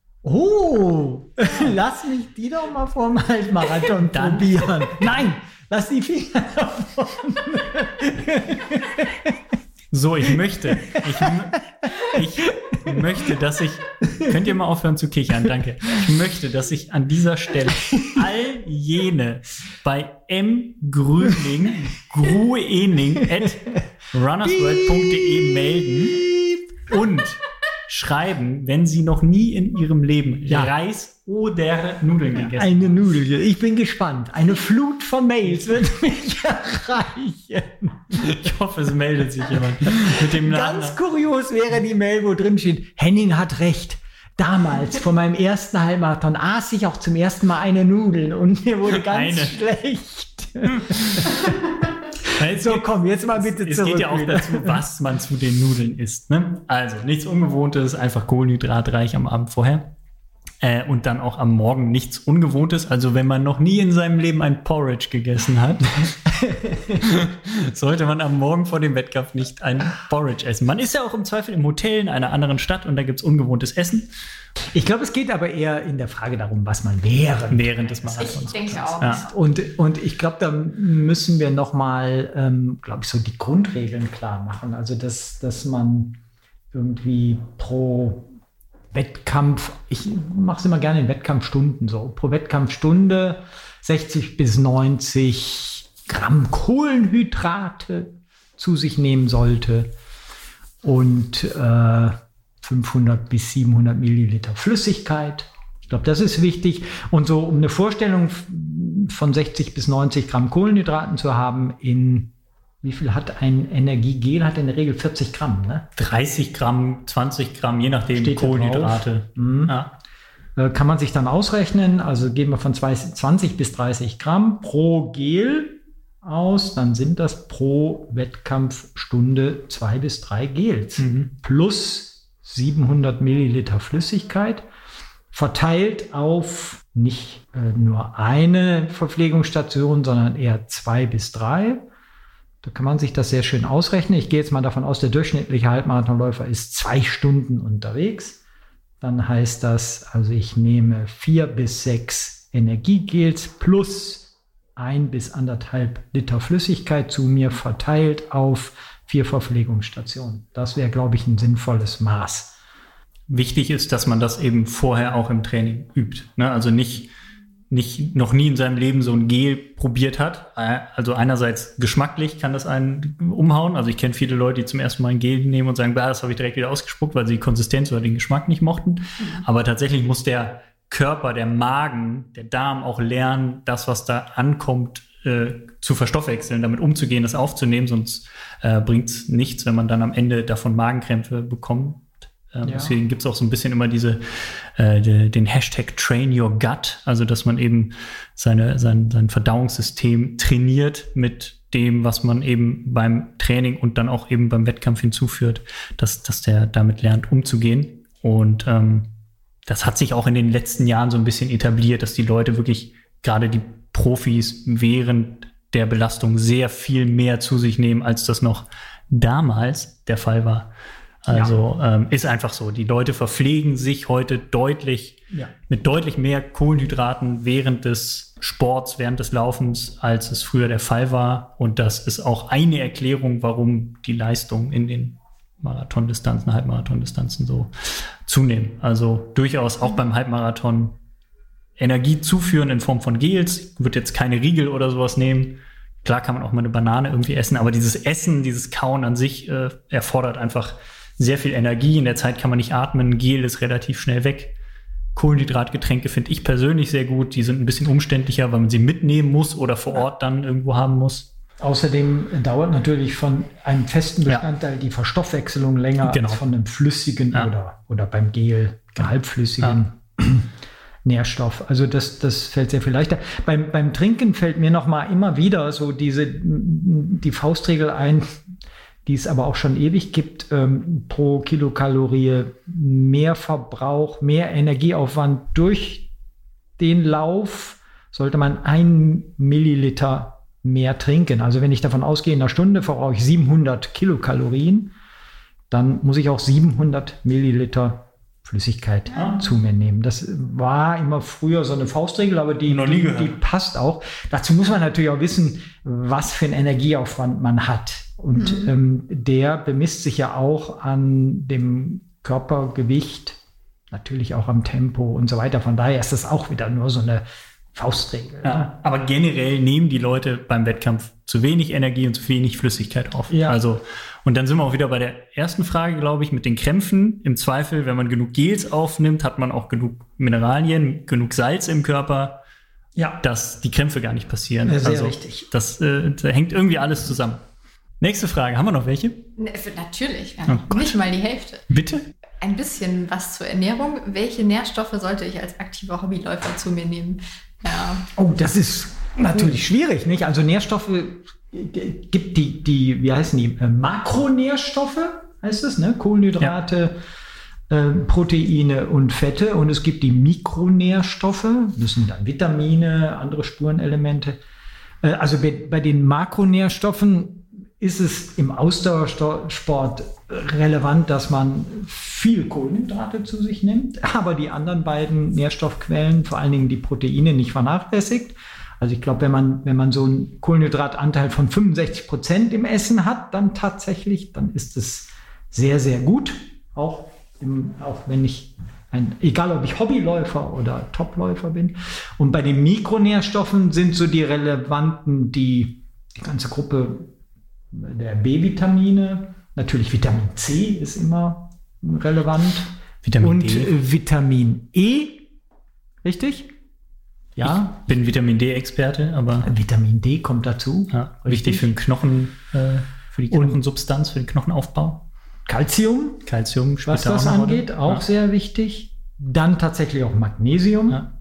Oh. Lass mich die doch mal vor dem Halbmarathon Dann- probieren. Nein, lass die Finger davon. So, ich möchte, ich, mö- ich möchte, dass ich, könnt ihr mal aufhören zu kichern, danke. Ich möchte, dass ich an dieser Stelle all jene bei m grüning, gruening at runnersworld punkt de melden und schreiben, wenn sie noch nie in ihrem Leben Ja. Reis oder Nudeln gegessen haben. Eine Nudel. Ich bin gespannt. Eine Flut von Mails wird mich erreichen. Ich hoffe, es meldet sich jemand mit dem Namen. Ganz kurios wäre die Mail, wo drin steht, Henning hat recht. Damals, vor meinem ersten Halbmarathon, aß ich auch zum ersten Mal eine Nudel und mir wurde ganz Eine. schlecht. Weil es So, geht- komm, jetzt mal bitte es zurück. geht ja auch wieder. dazu, was man zu den Nudeln isst. Ne? Also nichts Ungewohntes, einfach kohlenhydratreich am Abend vorher. Äh, und dann auch am Morgen nichts Ungewohntes. Also wenn man noch nie in seinem Leben ein Porridge gegessen hat, sollte man am Morgen vor dem Wettkampf nicht ein Porridge essen. Man ist ja auch im Zweifel im Hotel in einer anderen Stadt und da gibt es ungewohntes Essen Ich glaube, es geht aber eher in der Frage darum, was man während. während des Ich Marathons. denke auch. Ja. Und, und ich glaube, da müssen wir nochmal, ähm, glaube ich, so die Grundregeln klar machen. Also, dass, dass man irgendwie pro Wettkampf, ich mache es immer gerne in Wettkampfstunden so, pro Wettkampfstunde sechzig bis neunzig Gramm Kohlenhydrate zu sich nehmen sollte und äh, fünfhundert bis siebenhundert Milliliter Flüssigkeit. Ich glaube, das ist wichtig. Und so, um eine Vorstellung von sechzig bis neunzig Gramm Kohlenhydraten zu haben in wie viel hat ein Energiegel? Hat in der Regel vierzig Gramm, ne? dreißig Gramm, zwanzig Gramm, je nachdem, Steht Kohlenhydrate. Mhm. Ja. Äh, kann man sich dann ausrechnen, also gehen wir von zwanzig bis dreißig Gramm pro Gel aus, dann sind das pro Wettkampfstunde zwei bis drei Gels. Mhm. Plus siebenhundert Milliliter Flüssigkeit, verteilt auf nicht äh, nur eine Verpflegungsstation, sondern eher zwei bis drei. Da kann man sich das sehr schön ausrechnen. Ich gehe jetzt mal davon aus, der durchschnittliche Halbmarathonläufer ist zwei Stunden unterwegs. Dann heißt das, also ich nehme vier bis sechs Energiegels plus ein bis anderthalb Liter Flüssigkeit zu mir verteilt auf vier Verpflegungsstationen. Das wäre, glaube ich, ein sinnvolles Maß. Wichtig ist, dass man das eben vorher auch im Training übt. Ne? Also nicht, nicht noch nie in seinem Leben so ein Gel probiert hat. Also einerseits geschmacklich kann das einen umhauen. Also ich kenne viele Leute, die zum ersten Mal ein Gel nehmen und sagen, bah, das habe ich direkt wieder ausgespuckt, weil sie die Konsistenz oder den Geschmack nicht mochten. Mhm. Aber tatsächlich muss der Körper, der Magen, der Darm auch lernen, das, was da ankommt, äh, zu verstoffwechseln, damit umzugehen, das aufzunehmen. Sonst äh, bringt es nichts, wenn man dann am Ende davon Magenkrämpfe bekommt. Ähm, ja. Deswegen gibt es auch so ein bisschen immer diese äh, de, den Hashtag Train Your Gut, also dass man eben seine, sein, sein Verdauungssystem trainiert mit dem, was man eben beim Training und dann auch eben beim Wettkampf hinzuführt, dass, dass der damit lernt, umzugehen. Und ähm, das hat sich auch in den letzten Jahren so ein bisschen etabliert, dass die Leute wirklich, gerade die Profis, während der Belastung sehr viel mehr zu sich nehmen, als das noch damals der Fall war. Also ja. ähm, ist einfach so. Die Leute verpflegen sich heute deutlich, ja. mit deutlich mehr Kohlenhydraten während des Sports, während des Laufens, als es früher der Fall war. Und das ist auch eine Erklärung, warum die Leistung in den Marathondistanzen, Halbmarathondistanzen so zunehmen. Also durchaus auch beim Halbmarathon Energie zuführen in Form von Gels. Ich würde jetzt keine Riegel oder sowas nehmen. Klar kann man auch mal eine Banane irgendwie essen, aber dieses Essen, dieses Kauen an sich äh, erfordert einfach sehr viel Energie. In der Zeit kann man nicht atmen. Gel ist relativ schnell weg. Kohlenhydratgetränke finde ich persönlich sehr gut. Die sind ein bisschen umständlicher, weil man sie mitnehmen muss oder vor Ort dann irgendwo haben muss. Außerdem dauert natürlich von einem festen Bestandteil ja. die Verstoffwechselung länger genau. als von einem flüssigen ja. oder, oder beim Gel halbflüssigen ja. Nährstoff. Also das, das fällt sehr viel leichter. Beim, beim Trinken fällt mir noch mal immer wieder so diese, die Faustregel ein, die es aber auch schon ewig gibt, ähm, pro Kilokalorie mehr Verbrauch, mehr Energieaufwand durch den Lauf sollte man ein Milliliter mehr trinken. Also wenn ich davon ausgehe, in einer Stunde verbrauche ich siebenhundert Kilokalorien, dann muss ich auch siebenhundert Milliliter Flüssigkeit ja. zu mir nehmen. Das war immer früher so eine Faustregel, aber die, die, die passt auch. Dazu muss man natürlich auch wissen, was für einen Energieaufwand man hat. Und mhm. ähm, der bemisst sich ja auch an dem Körpergewicht, natürlich auch am Tempo und so weiter. Von daher ist das auch wieder nur so eine Faustregel. Ja, ne? Aber generell nehmen die Leute beim Wettkampf zu wenig Energie und zu wenig Flüssigkeit auf. Ja. Also, und dann sind wir auch wieder bei der ersten Frage, glaube ich, mit den Krämpfen. Im Zweifel, wenn man genug Gels aufnimmt, hat man auch genug Mineralien, genug Salz im Körper, ja. dass die Krämpfe gar nicht passieren. Ja, sehr also, richtig. Das äh, da hängt irgendwie alles zusammen. Nächste Frage. Haben wir noch welche? Ne, natürlich. Wir haben oh nicht mal die Hälfte. Bitte? Ein bisschen was zur Ernährung. Welche Nährstoffe sollte ich als aktiver Hobbyläufer zu mir nehmen? Ja. Oh, das ist natürlich schwierig, nicht? Also Nährstoffe gibt die, die, wie heißen die? Makronährstoffe heißt es, ne? Kohlenhydrate, ja. äh, Proteine und Fette. Und es gibt die Mikronährstoffe. Das sind dann Vitamine, andere Spurenelemente. Äh, also bei, bei den Makronährstoffen ist es im Ausdauersport relevant, dass man viel Kohlenhydrate zu sich nimmt, aber die anderen beiden Nährstoffquellen, vor allen Dingen die Proteine, nicht vernachlässigt. Also ich glaube, wenn man, wenn man so einen Kohlenhydratanteil von fünfundsechzig Prozent im Essen hat, dann tatsächlich, dann ist es sehr, sehr gut. Auch, im, auch wenn ich, ein, egal ob ich Hobbyläufer oder Topläufer bin. Und bei den Mikronährstoffen sind so die relevanten, die, die ganze Gruppe der B-Vitamine, natürlich Vitamin C ist immer relevant. Vitamin und D. Vitamin E, richtig? Ja. Ich bin Vitamin D-Experte, aber Vitamin D kommt dazu. Ja, wichtig für den Knochen, äh, für die Knochensubstanz, für den Knochenaufbau. Calcium, Calcium, was das auch angeht, auch ja. sehr wichtig. Dann tatsächlich auch Magnesium. Ja.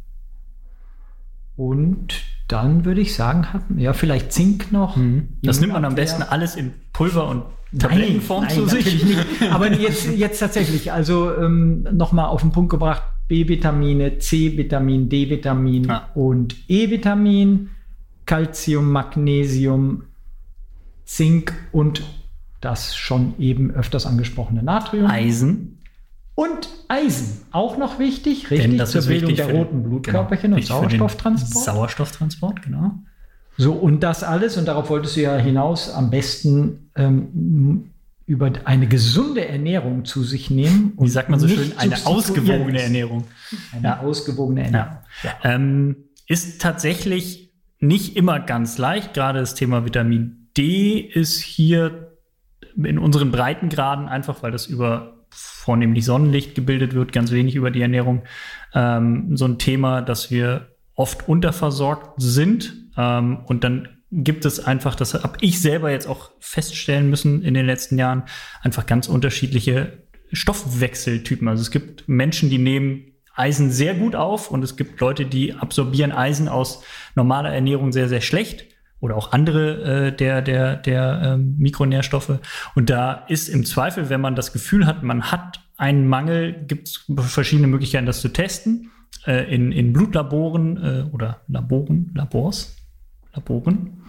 Und dann würde ich sagen, hat, ja, vielleicht Zink noch. Mhm. Das nimmt man am besten alles in Pulver und Tablettenform nein, zu nein, sich. Nicht. Aber jetzt, jetzt tatsächlich, also ähm, nochmal auf den Punkt gebracht, B-Vitamine, C-Vitamin, D-Vitamin ja. und E-Vitamin, Calcium, Magnesium, Zink und das schon eben öfters angesprochene Natrium. Eisen. Und Eisen, auch noch wichtig, richtig, das zur ist Bildung wichtig der roten Blutkörperchen genau, und Sauerstofftransport. Sauerstofftransport, genau. So, und das alles, und darauf wolltest du ja hinaus, am besten ähm, über eine gesunde Ernährung zu sich nehmen. Wie sagt man so schön? Eine ausgewogene Ernährung. Eine ja. ausgewogene Ernährung. Ja. Ja. Ähm, ist tatsächlich nicht immer ganz leicht. Gerade das Thema Vitamin D ist hier in unseren Breitengraden einfach, weil das über vornehmlich Sonnenlicht gebildet wird, ganz wenig über die Ernährung. Ähm, so ein Thema, dass wir oft unterversorgt sind. Ähm, und dann gibt es einfach, das habe ich selber jetzt auch feststellen müssen in den letzten Jahren, einfach ganz unterschiedliche Stoffwechseltypen. Also es gibt Menschen, die nehmen Eisen sehr gut auf und es gibt Leute, die absorbieren Eisen aus normaler Ernährung sehr, sehr schlecht. Oder auch andere äh, der, der, der ähm, Mikronährstoffe. Und da ist im Zweifel, wenn man das Gefühl hat, man hat einen Mangel, gibt es verschiedene Möglichkeiten, das zu testen. Äh, in, in Blutlaboren äh, oder Laboren, Labors, Laboren.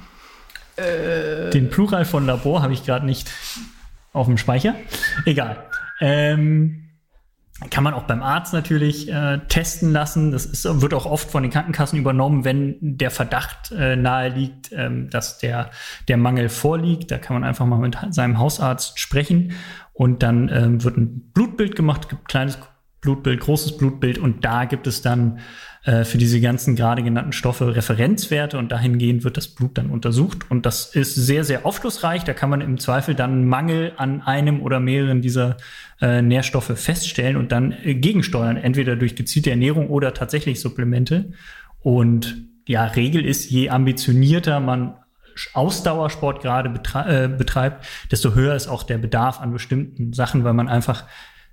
Äh. Den Plural von Labor habe ich gerade nicht auf dem Speicher. Egal. Ähm, Kann man auch beim Arzt natürlich äh, testen lassen. Das ist, wird auch oft von den Krankenkassen übernommen, wenn der Verdacht äh, nahe liegt, ähm, dass der, der Mangel vorliegt. Da kann man einfach mal mit seinem Hausarzt sprechen. Und dann ähm, wird ein Blutbild gemacht, gibt kleines Blutbild, großes Blutbild. Und da gibt es dann äh, für diese ganzen gerade genannten Stoffe Referenzwerte. Und dahingehend wird das Blut dann untersucht. Und das ist sehr, sehr aufschlussreich. Da kann man im Zweifel dann Mangel an einem oder mehreren dieser äh, Nährstoffe feststellen und dann äh, gegensteuern. Entweder durch gezielte Ernährung oder tatsächlich Supplemente. Und ja, Regel ist, je ambitionierter man Ausdauersport gerade betre- äh, betreibt, desto höher ist auch der Bedarf an bestimmten Sachen, weil man einfach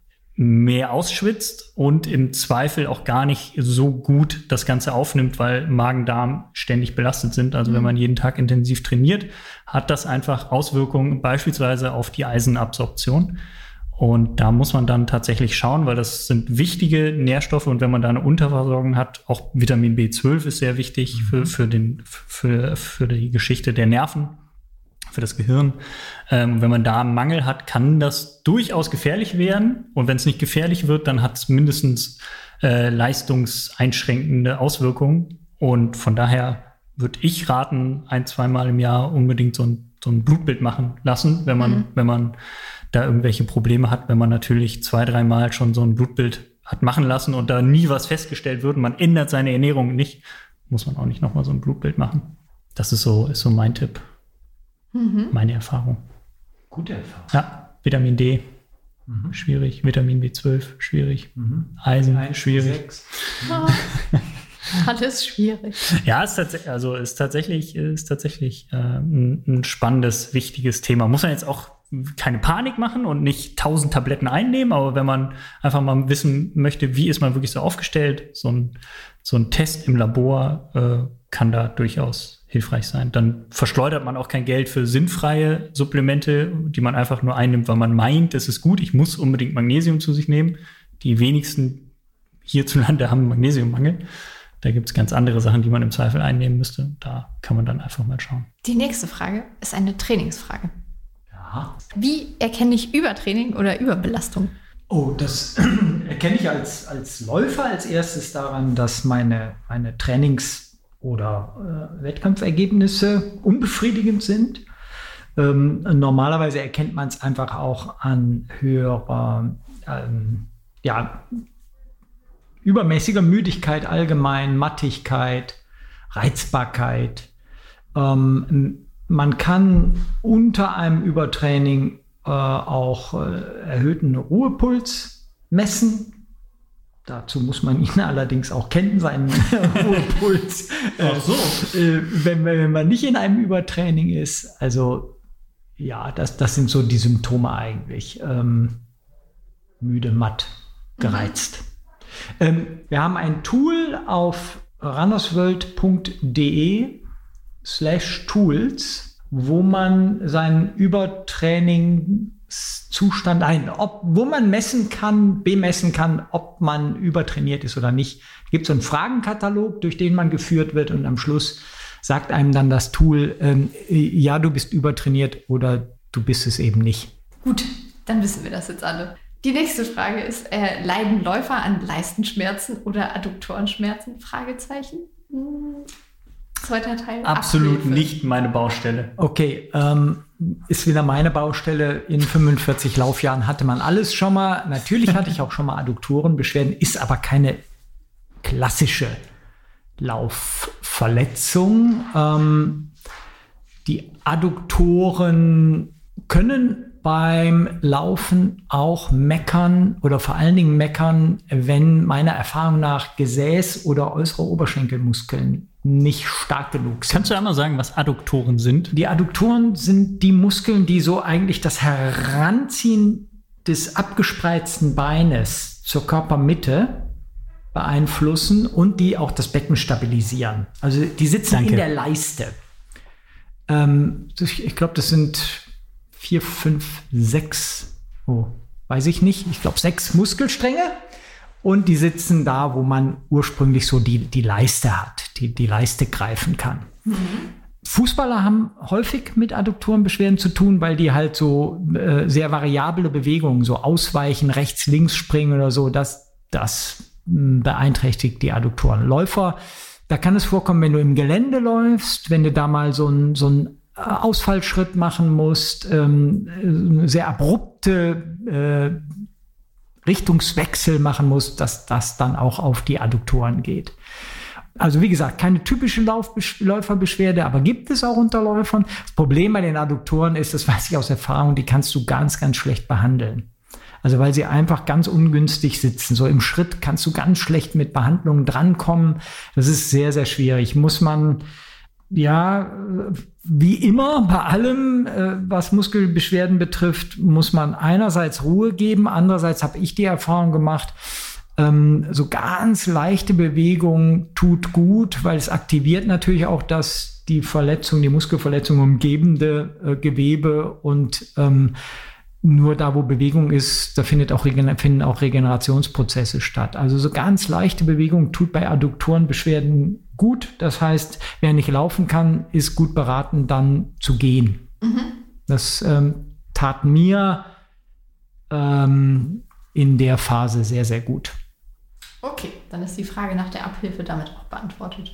mehr ausschwitzt und im Zweifel auch gar nicht so gut das Ganze aufnimmt, weil Magen-Darm ständig belastet sind. Also mhm. wenn man jeden Tag intensiv trainiert, hat das einfach Auswirkungen beispielsweise auf die Eisenabsorption. Und da muss man dann tatsächlich schauen, weil das sind wichtige Nährstoffe. Und wenn man da eine Unterversorgung hat, auch Vitamin B zwölf ist sehr wichtig mhm. für, für, den, für, für die Geschichte der Nerven, für das Gehirn. Ähm, wenn man da einen Mangel hat, kann das durchaus gefährlich werden. Und wenn es nicht gefährlich wird, dann hat es mindestens äh, leistungseinschränkende Auswirkungen. Und von daher würde ich raten, ein-, zweimal im Jahr unbedingt so ein, so ein Blutbild machen lassen, wenn man, mhm. wenn man da irgendwelche Probleme hat. Wenn man natürlich zwei-, dreimal schon so ein Blutbild hat machen lassen und da nie was festgestellt wird, man ändert seine Ernährung nicht, muss man auch nicht nochmal so ein Blutbild machen. Das ist so, ist so mein Tipp. Mhm. Meine Erfahrung. Gute Erfahrung. Ja, Vitamin D, mhm. schwierig. Vitamin B zwölf, schwierig. Mhm. Eisen, eins, schwierig. Oh, alles schwierig. Ja, ist, tats- also ist tatsächlich, ist tatsächlich äh, ein, ein spannendes, wichtiges Thema. Muss man jetzt auch keine Panik machen und nicht tausend Tabletten einnehmen, aber wenn man einfach mal wissen möchte, wie ist man wirklich so aufgestellt, so ein, so ein Test im Labor äh, kann da durchaus hilfreich sein. Dann verschleudert man auch kein Geld für sinnfreie Supplemente, die man einfach nur einnimmt, weil man meint, es ist gut, ich muss unbedingt Magnesium zu sich nehmen. Die wenigsten hierzulande haben Magnesiummangel. Da gibt es ganz andere Sachen, die man im Zweifel einnehmen müsste. Da kann man dann einfach mal schauen. Die nächste Frage ist eine Trainingsfrage. Ja. Wie erkenne ich Übertraining oder Überbelastung? Oh, das erkenne ich als, als Läufer als erstes daran, dass meine, meine Trainings- oder äh, Wettkampfergebnisse unbefriedigend sind. Ähm, normalerweise erkennt man es einfach auch an höherer, ähm, ja, übermäßiger Müdigkeit allgemein, Mattigkeit, Reizbarkeit. Ähm, man kann unter einem Übertraining äh, auch äh, erhöhten Ruhepuls messen. Dazu muss man ihn allerdings auch kennen, seinen Ruhepuls. Ach so. Äh, wenn, wenn man nicht in einem Übertraining ist. Also ja, das, das sind so die Symptome eigentlich. Ähm, müde, matt, gereizt. Mhm. Ähm, wir haben ein Tool auf runnersworld.de slash tools, wo man seinen Übertrainingszustand ein, ob, wo man messen kann, bemessen kann, ob man übertrainiert ist oder nicht. Es gibt so einen Fragenkatalog, durch den man geführt wird und am Schluss sagt einem dann das Tool, ähm, ja, du bist übertrainiert oder du bist es eben nicht. Gut, dann wissen wir das jetzt alle. Die nächste Frage ist, äh, leiden Läufer an Leistenschmerzen oder Adduktorenschmerzen? Fragezeichen. Hm. Zweiter Teil. Absolut Abhilfe. Nicht meine Baustelle. Okay, ähm, ist wieder meine Baustelle. In fünfundvierzig Laufjahren hatte man alles schon mal. Natürlich hatte ich auch schon mal Adduktorenbeschwerden, ist aber keine klassische Laufverletzung. Ähm, die Adduktoren können beim Laufen auch meckern oder vor allen Dingen meckern, wenn meiner Erfahrung nach Gesäß- oder äußere Oberschenkelmuskeln nicht stark genug sind. Kannst du einmal sagen, was Adduktoren sind? Die Adduktoren sind die Muskeln, die so eigentlich das Heranziehen des abgespreizten Beines zur Körpermitte beeinflussen und die auch das Becken stabilisieren. Also die sitzen Danke. in der Leiste. Ähm, ich ich glaube, das sind vier, fünf, sechs, oh, weiß ich nicht, ich glaube sechs Muskelstränge und die sitzen da, wo man ursprünglich so die, die Leiste hat, die, die Leiste greifen kann. Mhm. Fußballer haben häufig mit Adduktorenbeschwerden zu tun, weil die halt so äh, sehr variable Bewegungen, so ausweichen, rechts, links springen oder so, das, das mh, beeinträchtigt die Adduktoren. Läufer, da kann es vorkommen, wenn du im Gelände läufst, wenn du da mal so ein, so ein Ausfallschritt machen musst, ähm, sehr abrupte äh, Richtungswechsel machen musst, dass das dann auch auf die Adduktoren geht. Also wie gesagt, keine typische Laufbesch- Läuferbeschwerde, aber gibt es auch unter Läufern. Das Problem bei den Adduktoren ist, das weiß ich aus Erfahrung, die kannst du ganz, ganz schlecht behandeln. Also weil sie einfach ganz ungünstig sitzen. So im Schritt kannst du ganz schlecht mit Behandlungen drankommen. Das ist sehr, sehr schwierig. Muss man Ja, wie immer bei allem, was Muskelbeschwerden betrifft, muss man einerseits Ruhe geben, andererseits habe ich die Erfahrung gemacht, so ganz leichte Bewegung tut gut, weil es aktiviert natürlich auch das, die Verletzung, die Muskelverletzung umgebende Gewebe und nur da, wo Bewegung ist, da findet auch, finden auch Regenerationsprozesse statt. Also so ganz leichte Bewegung tut bei Adduktorenbeschwerden gut. Das heißt, wer nicht laufen kann, ist gut beraten, dann zu gehen. Mhm. Das ähm, tat mir ähm, in der Phase sehr, sehr gut. Okay, dann ist die Frage nach der Abhilfe damit auch beantwortet.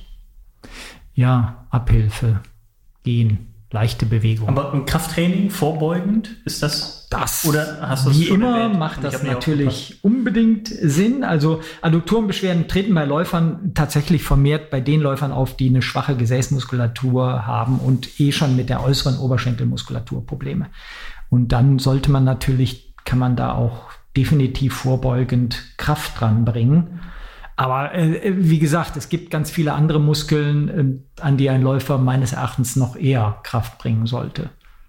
Ja, Abhilfe, gehen. Leichte Bewegung. Aber ein Krafttraining vorbeugend, ist das? Das. Oder hast du Wie das schon immer erwähnt? macht das natürlich unbedingt Sinn. Also Adduktorenbeschwerden treten bei Läufern tatsächlich vermehrt bei den Läufern auf, die eine schwache Gesäßmuskulatur haben und eh schon mit der äußeren Oberschenkelmuskulatur Probleme. Und dann sollte man natürlich, kann man da auch definitiv vorbeugend Kraft dran bringen. Aber äh, wie gesagt, es gibt ganz viele andere Muskeln, äh, an die ein Läufer meines Erachtens noch eher Kraft bringen sollte.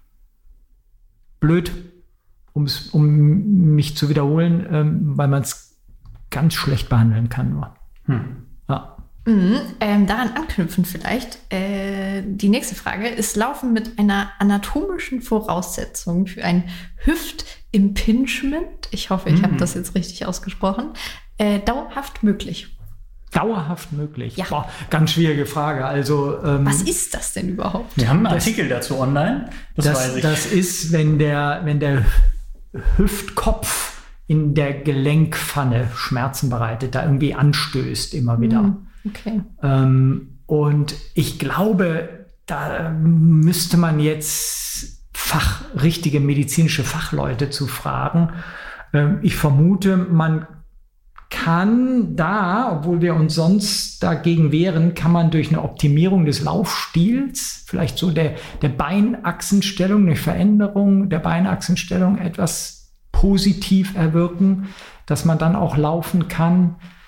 Blöd, um's, um mich zu wiederholen, ähm, weil man es ganz schlecht behandeln kann nur. Hm. Ja. Mhm, ähm, daran anknüpfen vielleicht. Äh, die nächste Frage ist: Laufen mit einer anatomischen Voraussetzung für ein Hüftimpingement, ich hoffe, ich mhm. habe das jetzt richtig ausgesprochen, Äh, dauerhaft möglich? Dauerhaft möglich? Ja. Boah, ganz schwierige Frage. Also, ähm, was ist das denn überhaupt? Wir haben einen Artikel dazu online. Das, das weiß ich. Das ist, wenn der, wenn der Hüftkopf in der Gelenkpfanne Schmerzen bereitet, da irgendwie anstößt immer wieder. Hm, okay. Ähm, und ich glaube, da müsste man jetzt Fach, richtige medizinische Fachleute zu fragen. Ähm, ich vermute, man kann da, obwohl wir uns sonst dagegen wehren, kann man durch eine Optimierung des Laufstils, vielleicht so der, der Beinachsenstellung, eine Veränderung der Beinachsenstellung etwas positiv erwirken, dass man dann auch laufen kann.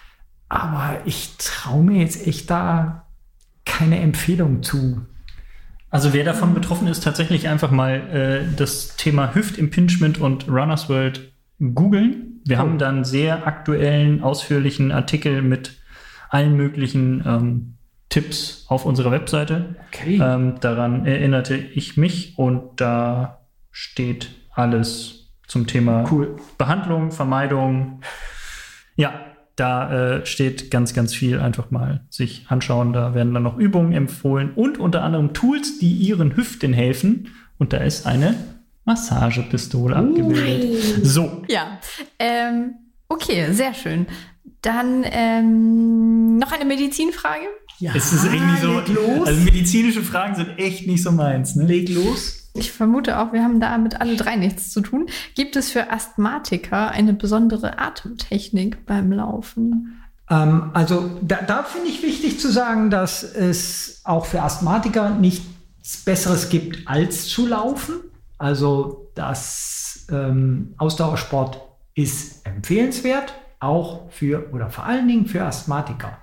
Aber ich traue mir jetzt echt da keine Empfehlung zu. Also wer davon betroffen ist, tatsächlich einfach mal äh, das Thema Hüftimpingement und Runner's World googeln. Wir oh. haben dann sehr aktuellen, ausführlichen Artikel mit allen möglichen ähm, Tipps auf unserer Webseite. Okay. Ähm, daran erinnerte ich mich und da steht alles zum Thema cool. Behandlung, Vermeidung. Ja, da äh, steht ganz, ganz viel. Einfach mal sich anschauen. Da werden dann noch Übungen empfohlen und unter anderem Tools, die Ihren Hüften helfen. Und da ist eine Massagepistole uh. abgebildet. So. Ja, ähm, okay, sehr schön. Dann ähm, noch eine Medizinfrage. Ja, es ist echt nicht so. Los. Also medizinische Fragen sind echt nicht so meins. Ne? Leg los. Ich vermute auch, wir haben damit alle drei nichts zu tun. Gibt es für Asthmatiker eine besondere Atemtechnik beim Laufen? Ähm, also da, da finde ich wichtig zu sagen, dass es auch für Asthmatiker nichts Besseres gibt, als zu laufen. Also das ähm, Ausdauersport ist empfehlenswert, auch für oder vor allen Dingen für Asthmatiker.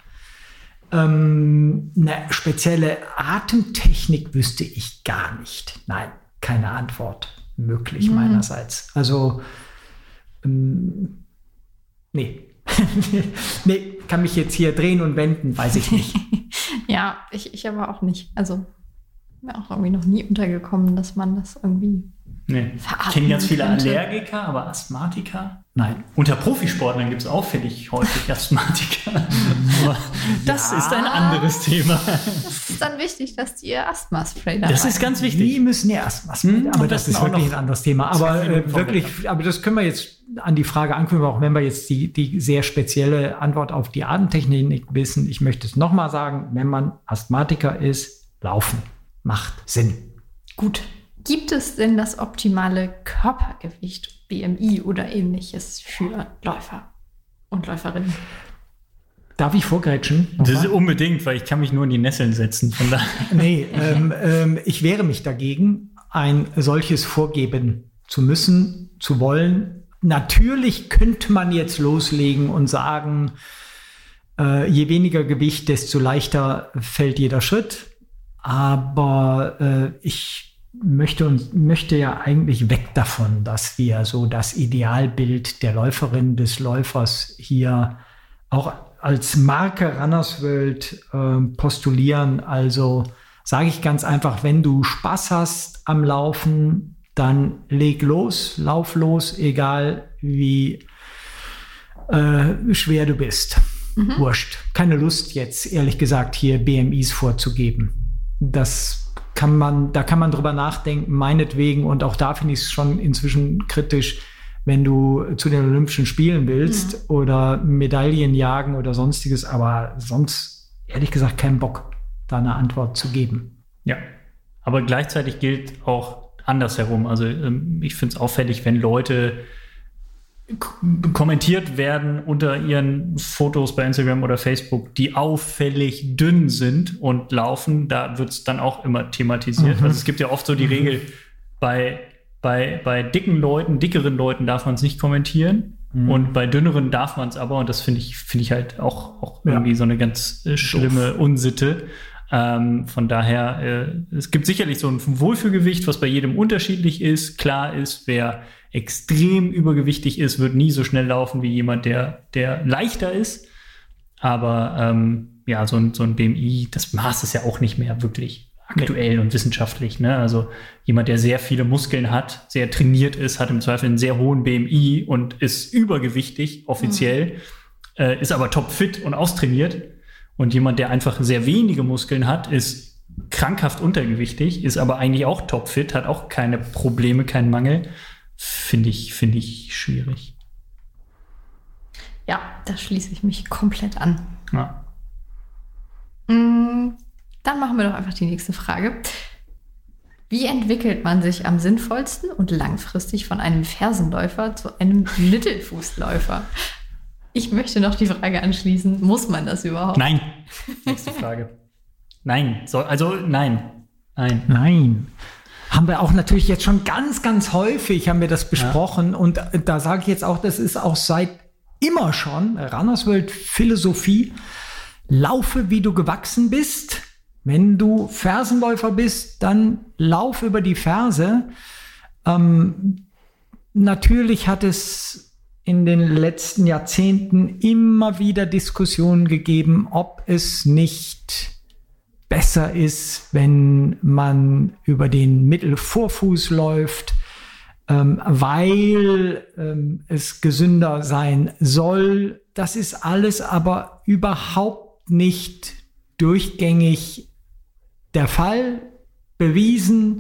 Ähm, eine spezielle Atemtechnik wüsste ich gar nicht. Nein, keine Antwort möglich mhm. meinerseits. Also, ähm, nee. nee, kann mich jetzt hier drehen und wenden, weiß ich nicht. Ja, ich, ich aber auch nicht. Also, mir auch irgendwie noch nie untergekommen, dass man das irgendwie nee. Ich kenne ganz viele könnte. Allergiker, aber Asthmatiker? Nein. Unter Profisportlern gibt es auffällig häufig Asthmatiker. Aber das ja. ist ein anderes Thema. Es ist dann wichtig, dass die ihr Asthma-Spray dabei Das ist ganz wichtig. Die müssen ihr Asthma-Spray. Hm, aber das ist wirklich ein anderes Thema. Aber äh, wirklich, aber das können wir jetzt an die Frage anknüpfen, auch wenn wir jetzt die, die sehr spezielle Antwort auf die Atemtechnik wissen. Ich möchte es nochmal sagen, wenn man Asthmatiker ist, laufen macht Sinn. Gut. Gibt es denn das optimale Körpergewicht, B M I oder ähnliches für Läufer und Läuferinnen? Darf ich vorgrätschen? Das ist unbedingt, weil ich kann mich nur in die Nesseln setzen. Von daher. Nee, ähm, ähm, ich wehre mich dagegen, ein solches vorgeben zu müssen, zu wollen. Natürlich könnte man jetzt loslegen und sagen, äh, je weniger Gewicht, desto leichter fällt jeder Schritt. Aber äh, ich möchte uns möchte ja eigentlich weg davon, dass wir so das Idealbild der Läuferin, des Läufers hier auch als Marke Runners World äh, postulieren. Also sage ich ganz einfach, wenn du Spaß hast am Laufen, dann leg los, lauf los, egal wie äh, schwer du bist. Mhm. Wurscht. Keine Lust jetzt, ehrlich gesagt, hier B M Is vorzugeben. Das kann man, da kann man drüber nachdenken, meinetwegen. Und auch da finde ich es schon inzwischen kritisch, wenn du zu den Olympischen Spielen willst ja. oder Medaillen jagen oder sonstiges. Aber sonst, ehrlich gesagt, keinen Bock, da eine Antwort zu geben. Ja, aber gleichzeitig gilt auch andersherum. Also ich finde es auffällig, wenn Leute kommentiert werden unter ihren Fotos bei Instagram oder Facebook, die auffällig dünn sind und laufen, da wird es dann auch immer thematisiert. Mhm. Also es gibt ja oft so die mhm. Regel, bei, bei, bei dicken Leuten, dickeren Leuten darf man es nicht kommentieren mhm. und bei dünneren darf man es aber, und das finde ich, finde ich halt auch, auch irgendwie ja. so eine ganz äh, schlimme Doof. Unsitte. Ähm, von daher, äh, es gibt sicherlich so ein Wohlfühlgewicht, was bei jedem unterschiedlich ist. Klar ist, wer extrem übergewichtig ist, wird nie so schnell laufen wie jemand, der, der leichter ist. Aber ähm, ja, so ein, so ein B M I, das Maß ist ja auch nicht mehr wirklich aktuell nee. und wissenschaftlich. Ne? Also jemand, der sehr viele Muskeln hat, sehr trainiert ist, hat im Zweifel einen sehr hohen B M I und ist übergewichtig offiziell, mhm. äh, ist aber topfit und austrainiert. Und jemand, der einfach sehr wenige Muskeln hat, ist krankhaft untergewichtig, ist aber eigentlich auch topfit, hat auch keine Probleme, keinen Mangel. Finde ich, finde ich schwierig. Ja, da schließe ich mich komplett an. Ja. Dann machen wir doch einfach die nächste Frage. Wie entwickelt man sich am sinnvollsten und langfristig von einem Fersenläufer zu einem Mittelfußläufer? Ich möchte noch die Frage anschließen, muss man das überhaupt? Nein. Nächste Frage. Nein. So, also nein. Nein. Nein. Haben wir auch natürlich jetzt schon ganz, ganz häufig haben wir das besprochen. Ja. Und da sage ich jetzt auch, das ist auch seit immer schon, Runners World Philosophie, laufe, wie du gewachsen bist. Wenn du Fersenläufer bist, dann lauf über die Ferse. Ähm, natürlich hat es in den letzten Jahrzehnten immer wieder Diskussionen gegeben, ob es nicht besser ist, wenn man über den Mittelvorfuß läuft, ähm, weil ähm, es gesünder sein soll. Das ist alles aber überhaupt nicht durchgängig der Fall, bewiesen.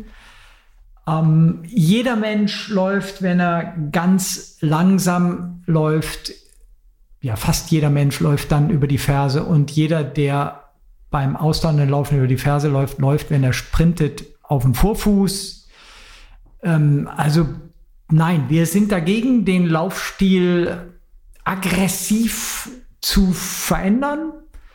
Ähm, jeder Mensch läuft, wenn er ganz langsam läuft, ja, fast jeder Mensch läuft dann über die Ferse, und jeder, der beim ausdauernden Laufen über die Ferse läuft, läuft, wenn er sprintet, auf dem Vorfuß. Ähm, also nein, wir sind dagegen, den Laufstil aggressiv zu verändern.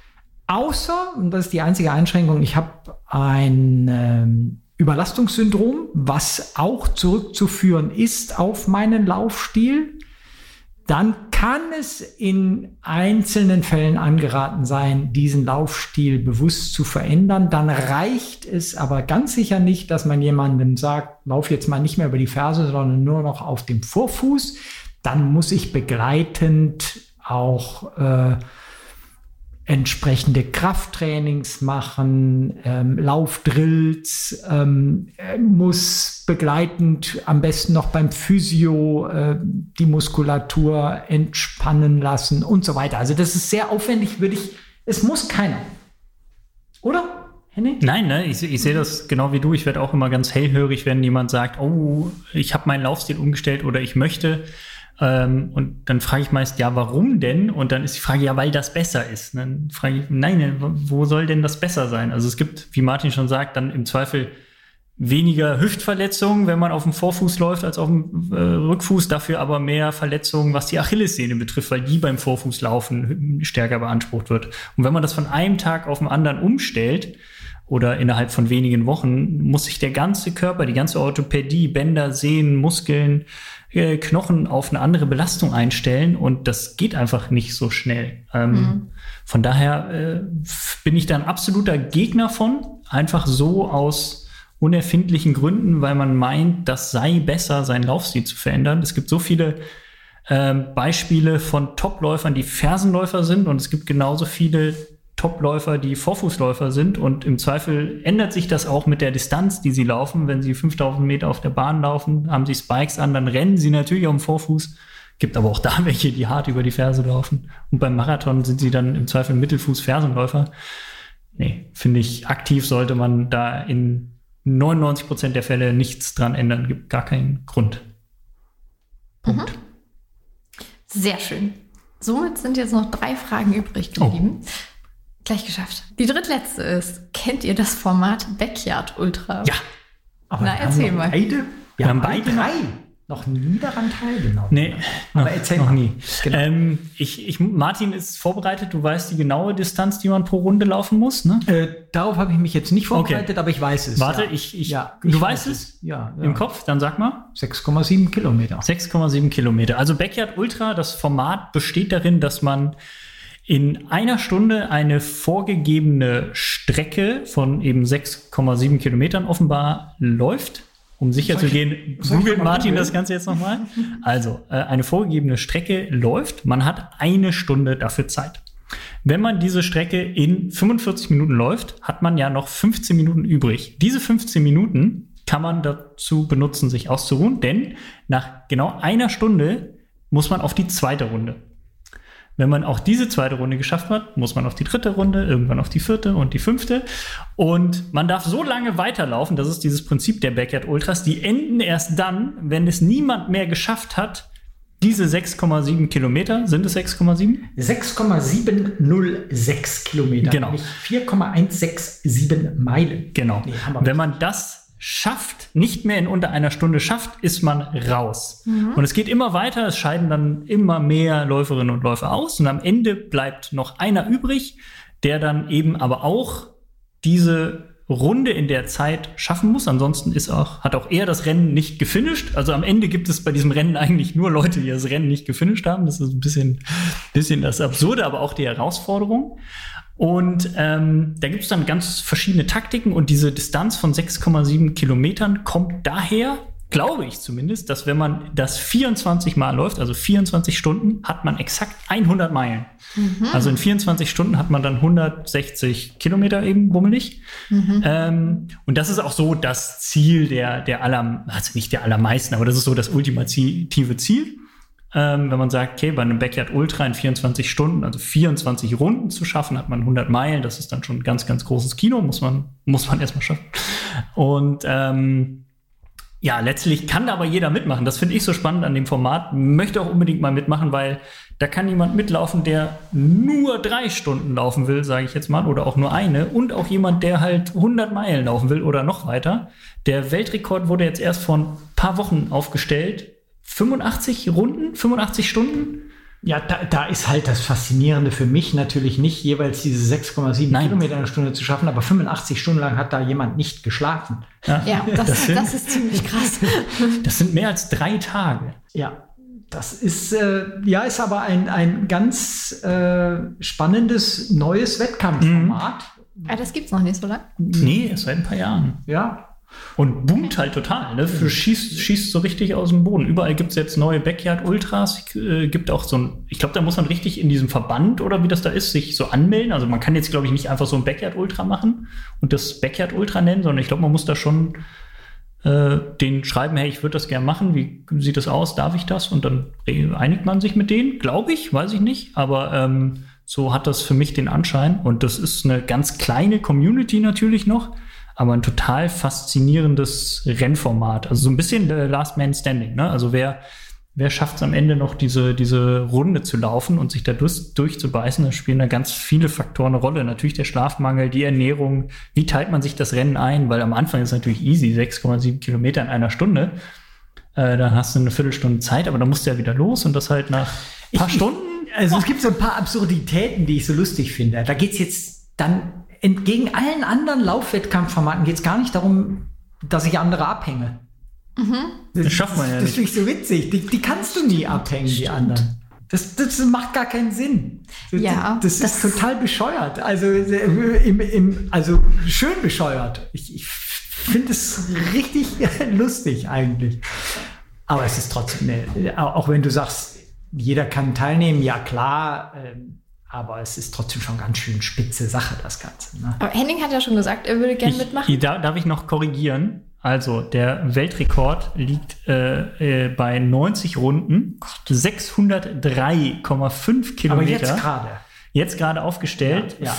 Außer, und das ist die einzige Einschränkung, ich habe ein ähm, Überlastungssyndrom, was auch zurückzuführen ist auf meinen Laufstil. Dann kann es in einzelnen Fällen angeraten sein, diesen Laufstil bewusst zu verändern. Dann reicht es aber ganz sicher nicht, dass man jemandem sagt, lauf jetzt mal nicht mehr über die Ferse, sondern nur noch auf dem Vorfuß. Dann muss ich begleitend auch äh, entsprechende Krafttrainings machen, ähm, Laufdrills, ähm, muss begleitend am besten noch beim Physio äh, die Muskulatur entspannen lassen und so weiter. Also das ist sehr aufwendig, würde ich, es muss keiner. Oder, Henning? Nein, ne? ich, ich sehe das genau wie du. Ich werde auch immer ganz hellhörig, wenn jemand sagt, oh, ich habe meinen Laufstil umgestellt oder ich möchte. Ähm, und dann frage ich meist, ja, warum denn? Und dann ist die Frage, ja, weil das besser ist. Und dann frage ich, nein, wo soll denn das besser sein? Also es gibt, wie Martin schon sagt, dann im Zweifel weniger Hüftverletzungen, wenn man auf dem Vorfuß läuft, als auf dem äh, Rückfuß. Dafür aber mehr Verletzungen, was die Achillessehne betrifft, weil die beim Vorfußlaufen stärker beansprucht wird. Und wenn man das von einem Tag auf den anderen umstellt, oder innerhalb von wenigen Wochen, muss sich der ganze Körper, die ganze Orthopädie, Bänder, Sehnen, Muskeln, äh, Knochen auf eine andere Belastung einstellen, und das geht einfach nicht so schnell. Ähm, mhm. Von daher äh, bin ich da ein absoluter Gegner von, einfach so aus unerfindlichen Gründen, weil man meint, das sei besser, seinen Laufstil zu verändern. Es gibt so viele äh, Beispiele von Topläufern, die Fersenläufer sind, und es gibt genauso viele Topläufer, die Vorfußläufer sind, und im Zweifel ändert sich das auch mit der Distanz, die sie laufen. Wenn sie fünftausend Meter auf der Bahn laufen, haben sie Spikes an, dann rennen sie natürlich auf dem Vorfuß. Gibt aber auch da welche, die hart über die Ferse laufen. Und beim Marathon sind sie dann im Zweifel Mittelfuß-Fersenläufer. Nee, finde ich, aktiv sollte man da in neunundneunzig Prozent der Fälle nichts dran ändern. Gibt gar keinen Grund. Punkt. Mhm. Sehr schön. Somit sind jetzt noch drei Fragen übrig geblieben. Oh. Gleich geschafft. Die drittletzte ist, kennt ihr das Format Backyard Ultra? Ja. Aber Na, erzähl mal. Beide, wir, wir haben beide beide drei noch nie daran teilgenommen. Nee, aber noch, erzähl noch mal. nie. Genau. Ähm, ich, ich, Martin ist vorbereitet, du weißt die genaue Distanz, die man pro Runde laufen muss, ne? Äh, darauf habe ich mich jetzt nicht vorbereitet, Okay. aber ich weiß es. Warte, ja. ich, ich, ja, du ich weißt weiß es? Ja, ja. Im Kopf? Dann sag mal. sechs Komma sieben Kilometer. sechs Komma sieben Kilometer. Also Backyard Ultra, das Format besteht darin, dass man in einer Stunde eine vorgegebene Strecke von eben sechs Komma sieben Kilometern offenbar läuft. Um sicher zu gehen, googelt Martin das Ganze jetzt nochmal. Also, äh, eine vorgegebene Strecke läuft. Man hat eine Stunde dafür Zeit. Wenn man diese Strecke in fünfundvierzig Minuten läuft, hat man ja noch fünfzehn Minuten übrig. Diese fünfzehn Minuten kann man dazu benutzen, sich auszuruhen, denn nach genau einer Stunde muss man auf die zweite Runde. Wenn man auch diese zweite Runde geschafft hat, muss man auf die dritte Runde, irgendwann auf die vierte und die fünfte. Und man darf so lange weiterlaufen, das ist dieses Prinzip der Backyard Ultras, die enden erst dann, wenn es niemand mehr geschafft hat, diese sechs Komma sieben Kilometer, sind es sechs Komma sieben? sechs Komma sieben null sechs Kilometer, genau. Nicht vier Komma eins sechs sieben Meilen. Genau. Nee, wenn man das schafft, nicht mehr in unter einer Stunde schafft, ist man raus. Mhm. Und es geht immer weiter, es scheiden dann immer mehr Läuferinnen und Läufer aus, und am Ende bleibt noch einer übrig, der dann eben aber auch diese Runde in der Zeit schaffen muss. Ansonsten ist auch, hat auch er das Rennen nicht gefinisht. Also am Ende gibt es bei diesem Rennen eigentlich nur Leute, die das Rennen nicht gefinisht haben. Das ist ein bisschen, bisschen das Absurde, aber auch die Herausforderung. Und ähm, da gibt es dann ganz verschiedene Taktiken und diese Distanz von sechs Komma sieben Kilometern kommt daher, glaube ich zumindest, dass wenn man das vierundzwanzig Mal läuft, also vierundzwanzig Stunden, hat man exakt hundert Meilen. Mhm. Also in vierundzwanzig Stunden hat man dann hundertsechzig Kilometer eben bummelig. Mhm. Ähm, und das ist auch so das Ziel der, der aller, also nicht der allermeisten, aber das ist so das ultimative Ziel. Ähm, wenn man sagt, okay, bei einem Backyard Ultra in vierundzwanzig Stunden, also vierundzwanzig Runden zu schaffen, hat man hundert Meilen. Das ist dann schon ein ganz, ganz großes Kino, muss man, muss man erstmal schaffen. Und ähm, ja, letztlich kann da aber jeder mitmachen. Das finde ich so spannend an dem Format. Möchte auch unbedingt mal mitmachen, weil da kann jemand mitlaufen, der nur drei Stunden laufen will, sage ich jetzt mal, oder auch nur eine. Und auch jemand, der halt hundert Meilen laufen will oder noch weiter. Der Weltrekord wurde jetzt erst vor ein paar Wochen aufgestellt. fünfundachtzig Runden, fünfundachtzig Stunden. Ja, da, da ist halt das Faszinierende für mich natürlich nicht, jeweils diese sechs Komma sieben Kilometer in der Stunde zu schaffen, aber fünfundachtzig Stunden lang hat da jemand nicht geschlafen. Ja, ja das, das, sind, das ist ziemlich krass. Das sind mehr als drei Tage. Ja, das ist, äh, ja, ist aber ein, ein ganz äh, spannendes neues Wettkampfformat. Mhm. Ja, das gibt's noch nicht so lange. Nee, erst seit ein paar Jahren. Ja. Und boomt halt total, ne? Für schießt, schießt so richtig aus dem Boden. Überall gibt's jetzt neue Backyard-Ultras. Äh, gibt auch so ein, ich glaube, da muss man richtig in diesem Verband oder wie das da ist, sich so anmelden. Also man kann jetzt, glaube ich, nicht einfach so ein Backyard-Ultra machen und das Backyard-Ultra nennen, sondern ich glaube, man muss da schon äh, den schreiben, hey, ich würde das gerne machen. Wie sieht das aus? Darf ich das? Und dann einigt man sich mit denen, glaube ich, weiß ich nicht. Aber ähm, so hat das für mich den Anschein. Und das ist eine ganz kleine Community natürlich noch. Aber ein total faszinierendes Rennformat. Also so ein bisschen der Last Man Standing. Ne? Also wer, wer schafft es am Ende noch, diese, diese Runde zu laufen und sich da durch, durchzubeißen? Da spielen da ganz viele Faktoren eine Rolle. Natürlich der Schlafmangel, die Ernährung. Wie teilt man sich das Rennen ein? Weil am Anfang ist es natürlich easy, sechs Komma sieben Kilometer in einer Stunde. Äh, dann hast du eine Viertelstunde Zeit, aber dann musst du ja wieder los und das halt nach ein paar ich, Stunden. Also oh. Es gibt so ein paar Absurditäten, die ich so lustig finde. Da geht's jetzt dann entgegen allen anderen Laufwettkampfformaten geht es gar nicht darum, dass ich andere abhänge. Mhm. Das, das schafft man ja das, nicht. Das finde ich so witzig. Die, die kannst du nie abhängen, die Stimmt. anderen. Das, das macht gar keinen Sinn. Das, ja, das, das ist total bescheuert. Also, im, im, also schön bescheuert. Ich, ich finde es richtig lustig eigentlich. Aber es ist trotzdem, eine, auch wenn du sagst, jeder kann teilnehmen, ja klar, ähm, aber es ist trotzdem schon ganz schön spitze Sache, das Ganze. Ne? Aber Henning hat ja schon gesagt, er würde gerne mitmachen. Ich, darf ich noch korrigieren? Also, der Weltrekord liegt äh, äh, bei neunzig Runden, sechshundertdrei Komma fünf Kilometer. Aber jetzt gerade. Jetzt gerade aufgestellt ja, ja.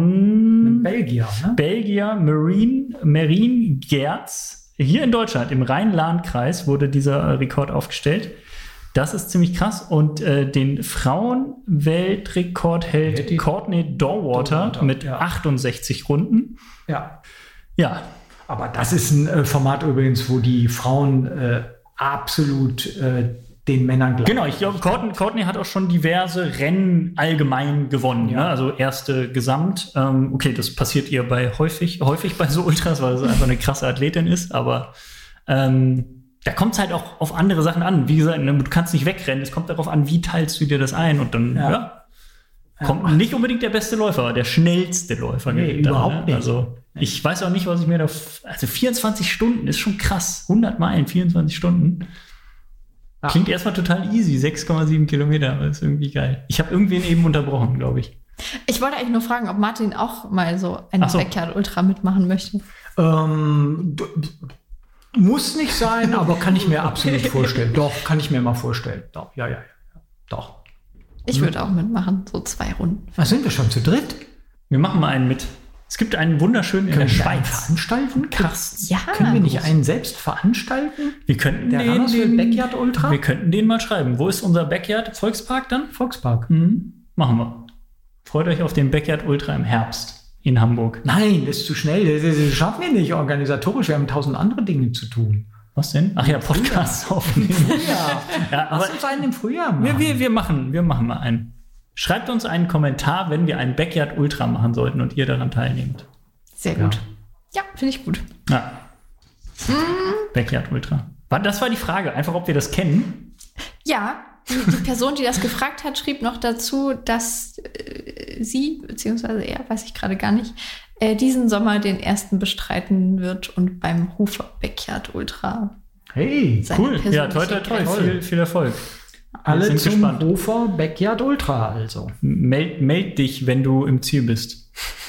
von Belgier, ne? Belgier Marine, Marine Gerz. Hier in Deutschland, im Rhein-Lahn-Kreis, wurde dieser Rekord aufgestellt. Das ist ziemlich krass. Und äh, den Frauen-Weltrekord hält die Courtney Dowater, Dowater mit ja. achtundsechzig Runden. Ja. Ja. Aber das ist ein äh, Format übrigens, wo die Frauen äh, absolut äh, den Männern gleich. Genau, ich glaube, Courtney, Courtney hat auch schon diverse Rennen allgemein gewonnen. Ja. Ne? Also erste Gesamt. Ähm, okay, das passiert ihr bei häufig, häufig bei so Ultras, weil sie einfach eine krasse Athletin ist. Aber ähm, da kommt es halt auch auf andere Sachen an. Wie gesagt, du kannst nicht wegrennen. Es kommt darauf an, wie teilst du dir das ein. Und dann ja. Ja, kommt ja. nicht unbedingt der beste Läufer, der schnellste Läufer. Nee, überhaupt dann, nicht. Also ich weiß auch nicht, was ich mir da... Also vierundzwanzig Stunden ist schon krass. hundert Meilen, vierundzwanzig Stunden. Ja. Klingt erstmal total easy. sechs Komma sieben Kilometer. Aber ist irgendwie geil. Ich habe irgendwen eben unterbrochen, glaube ich. Ich wollte eigentlich nur fragen, ob Martin auch mal so ein so. Backyard Ultra mitmachen möchte. Ähm... Du, Muss nicht sein, aber kann ich mir absolut vorstellen. Doch, kann ich mir mal vorstellen. Doch, ja, ja, ja. Doch. Ich würde auch mitmachen, so zwei Runden. Was sind wir schon zu dritt? Wir machen mal einen mit. Es gibt einen wunderschönen in der Schweiz. Veranstalten? Krass. Ja. Können wir nicht einen selbst veranstalten? Wir könnten der den, den Backyard Ultra? Wir könnten den mal schreiben. Wo ist unser Backyard? Volkspark dann? Volkspark. Mhm. Machen wir. Freut euch auf den Backyard Ultra im Herbst. In Hamburg. Nein, das ist zu schnell. Das, das schaffen wir nicht organisatorisch. Wir haben tausend andere Dinge zu tun. Was denn? Ach ja, Podcasts aufnehmen. Ja, ja, aber lass uns einen im Frühjahr machen. Wir, wir, wir, machen, wir machen mal einen. Schreibt uns einen Kommentar, wenn wir einen Backyard Ultra machen sollten und ihr daran teilnehmt. Sehr gut. Ja, finde ich gut. Ja. Mm. Backyard Ultra. Das war die Frage, einfach ob wir das kennen. Ja, die, die Person, die das gefragt hat, schrieb noch dazu, dass äh, sie, beziehungsweise er, weiß ich gerade gar nicht, äh, diesen Sommer den ersten bestreiten wird und beim Hufer Backyard Ultra. Hey, cool. Ja, toi, toi, toi. Viel, viel Erfolg. Alle sind zum gespannt. Hofer Backyard Ultra also. Meld, meld dich, wenn du im Ziel bist.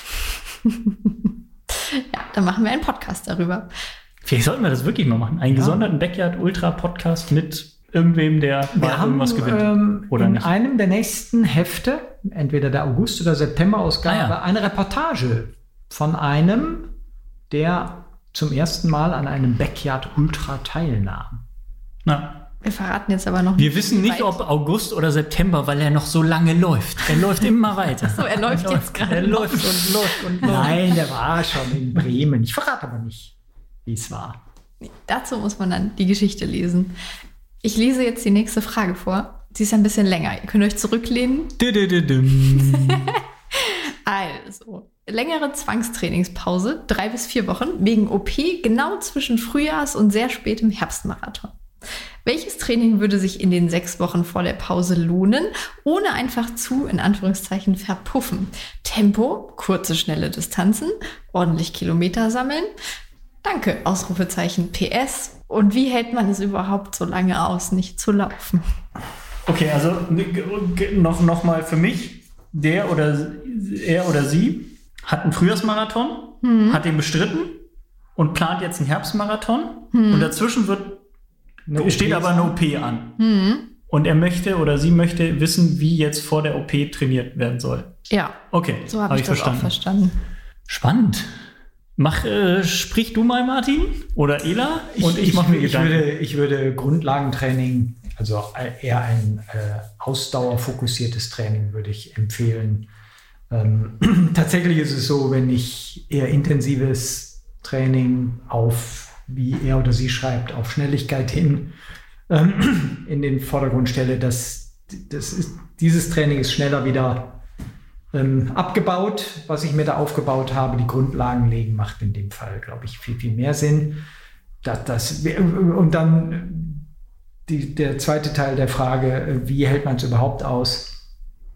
Ja, dann machen wir einen Podcast darüber. Vielleicht sollten wir das wirklich mal machen. Einen ja. gesonderten Backyard Ultra Podcast mit irgendwem, der wir mal haben, irgendwas gewinnt. Ähm, oder in nicht. einem der nächsten Hefte, entweder der August- oder September-Ausgabe, ah, ja. eine Reportage von einem, der zum ersten Mal an einem Backyard Ultra teilnahm. Na. Wir verraten jetzt aber noch Wir nicht. Wir wissen nicht, weit. ob August oder September, weil er noch so lange läuft. Er läuft immer weiter. So, er läuft er jetzt gerade. Er läuft und läuft und läuft. Nein, der war schon in Bremen. Ich verrate aber nicht, wie es war. Nee, dazu muss man dann die Geschichte lesen. Ich lese jetzt die nächste Frage vor. Sie ist ein bisschen länger. Ihr könnt euch zurücklehnen. Also, längere Zwangstrainingspause, drei bis vier Wochen, wegen O P, genau zwischen Frühjahrs- und sehr spätem Herbstmarathon. Welches Training würde sich in den sechs Wochen vor der Pause lohnen, ohne einfach zu, in Anführungszeichen, verpuffen? Tempo, kurze, schnelle Distanzen, ordentlich Kilometer sammeln? Danke, Ausrufezeichen P S. Und wie hält man es überhaupt so lange aus, nicht zu laufen? Okay, also noch, noch mal für mich, der oder er oder sie hat einen Frühjahrsmarathon, hm. hat den bestritten und plant jetzt einen Herbstmarathon hm. und dazwischen wird Eine steht aber eine O P an. Mhm. Und er möchte oder sie möchte wissen, wie jetzt vor der O P trainiert werden soll. Ja. Okay, so habe hab ich, ich das verstanden. auch verstanden. Spannend. Mach, äh, sprich du mal, Martin, oder Ela, und ich, ich mache mir ich Gedanken. Würde, ich würde Grundlagentraining, also eher ein äh, ausdauerfokussiertes Training würde ich empfehlen. Ähm, tatsächlich ist es so, wenn ich eher intensives Training auf, wie er oder sie schreibt, auf Schnelligkeit hin ähm, in den Vordergrund stelle, dass das ist, dieses Training ist schneller wieder ähm, abgebaut, was ich mir da aufgebaut habe. Die Grundlagen legen macht in dem Fall, glaube ich, viel, viel mehr Sinn. Das, das, und dann die, der zweite Teil der Frage, wie hält man es überhaupt aus?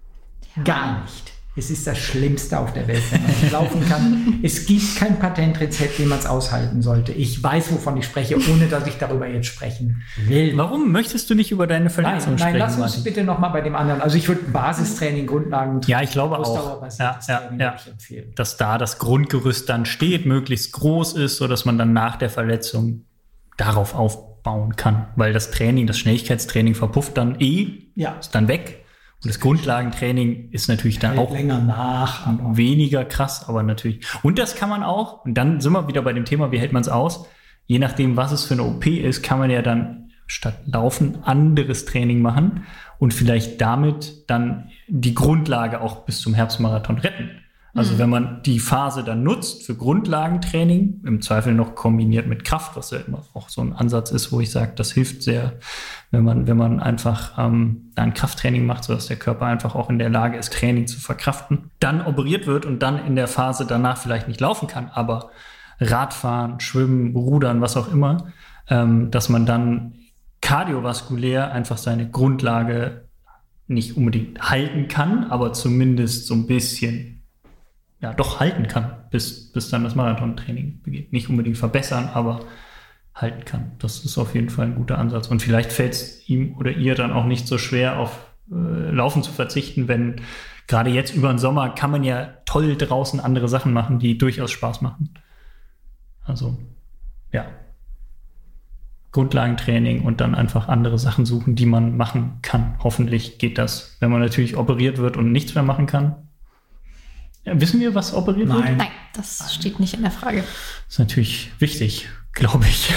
Ja. Gar nicht. Es ist das Schlimmste auf der Welt, wenn man nicht laufen kann. Es gibt kein Patentrezept, wie man es aushalten sollte. Ich weiß, wovon ich spreche, ohne dass ich darüber jetzt sprechen will. Warum möchtest du nicht über deine Verletzung nein, sprechen? Nein, lass uns Martin? bitte noch mal bei dem anderen. Also ich würde Basistraining, Grundlagen, ja, ich glaube auch, ja, ja, Training ja. Ich empfehlen. Dass da das Grundgerüst dann steht, möglichst groß ist, sodass man dann nach der Verletzung darauf aufbauen kann. Weil das Training, das Schnelligkeitstraining verpufft dann eh, ja. ist dann weg. Und das Grundlagentraining ist natürlich dann auch länger nach, weniger krass, aber natürlich. Und das kann man auch, und dann sind wir wieder bei dem Thema, wie hält man es aus? Je nachdem, was es für eine O P ist, kann man ja dann statt Laufen anderes Training machen und vielleicht damit dann die Grundlage auch bis zum Herbstmarathon retten. Also mhm. wenn man die Phase dann nutzt für Grundlagentraining, im Zweifel noch kombiniert mit Kraft, was ja immer auch so ein Ansatz ist, wo ich sage, das hilft sehr, wenn man, wenn man einfach ähm, ein Krafttraining macht, sodass der Körper einfach auch in der Lage ist, Training zu verkraften, dann operiert wird und dann in der Phase danach vielleicht nicht laufen kann, aber Radfahren, Schwimmen, Rudern, was auch immer, ähm, dass man dann kardiovaskulär einfach seine Grundlage nicht unbedingt halten kann, aber zumindest so ein bisschen ja, doch halten kann, bis, bis dann das Marathontraining beginnt. Nicht unbedingt verbessern, aber halten kann. Das ist auf jeden Fall ein guter Ansatz. Und vielleicht fällt es ihm oder ihr dann auch nicht so schwer, auf äh, Laufen zu verzichten, wenn gerade jetzt über den Sommer kann man ja toll draußen andere Sachen machen, die durchaus Spaß machen. Also, ja. Grundlagentraining und dann einfach andere Sachen suchen, die man machen kann. Hoffentlich geht das. Wenn man natürlich operiert wird und nichts mehr machen kann. Ja, wissen wir, was operiert Nein. wird? Nein, das steht nicht in der Frage. Das ist natürlich wichtig, glaube ich.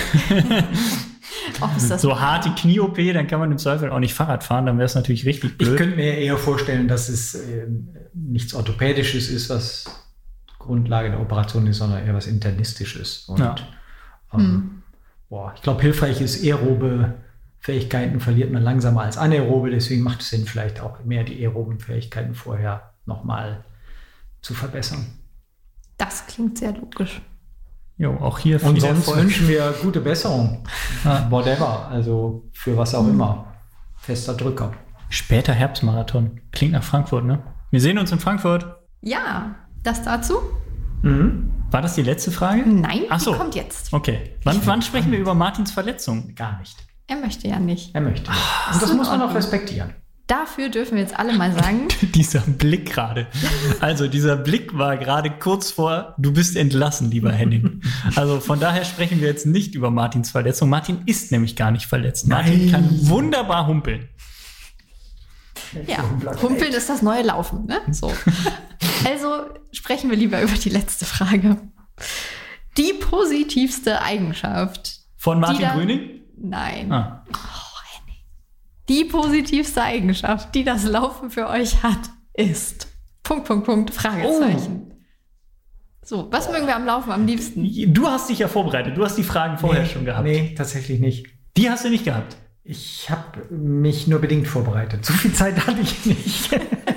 Das so harte Knie-O P, dann kann man im Zweifel auch nicht Fahrrad fahren, dann wäre es natürlich richtig blöd. Ich könnte mir eher vorstellen, dass es äh, nichts Orthopädisches ist, was Grundlage der Operation ist, sondern eher was Internistisches. Und ja. ähm, hm. boah, ich glaube, hilfreich ist aerobe Fähigkeiten verliert man langsamer als anaerobe, deswegen macht es Sinn, vielleicht auch mehr die aeroben Fähigkeiten vorher nochmal zu verbessern. Das klingt sehr logisch. Jo, auch hier viel Und sonst Erfolg. wünschen wir gute Besserung. Ja. Whatever, also für was auch immer. Fester Drücker. Später Herbstmarathon. Klingt nach Frankfurt, ne? Wir sehen uns in Frankfurt. Ja, das dazu? Mhm. War das die letzte Frage? Nein, Ach so. die kommt jetzt. Okay. Wann, wann sprechen wir über Martins Verletzung? Gar nicht. Er möchte ja nicht. Er möchte. ist Und das in muss man auch Ordnung. respektieren. Dafür dürfen wir jetzt alle mal sagen, Dieser Blick gerade. Also dieser Blick war gerade kurz vor, du bist entlassen, lieber Henning. Also von daher sprechen wir jetzt nicht über Martins Verletzung. Martin ist nämlich gar nicht verletzt. Martin Nein. kann wunderbar humpeln. ja, Humpeln ist das neue Laufen, ne? So. Also sprechen wir lieber über die letzte Frage. Die positivste Eigenschaft. Von Martin Die da- Grüning? Nein. Ah. Die positivste Eigenschaft, die das Laufen für euch hat, ist. Punkt, Punkt, Punkt, Fragezeichen. So, was mögen wir am Laufen am liebsten? Du hast dich ja vorbereitet. Du hast die Fragen vorher schon gehabt. Nee, tatsächlich nicht. Die hast du nicht gehabt. Ich habe mich nur bedingt vorbereitet. So viel Zeit hatte ich nicht.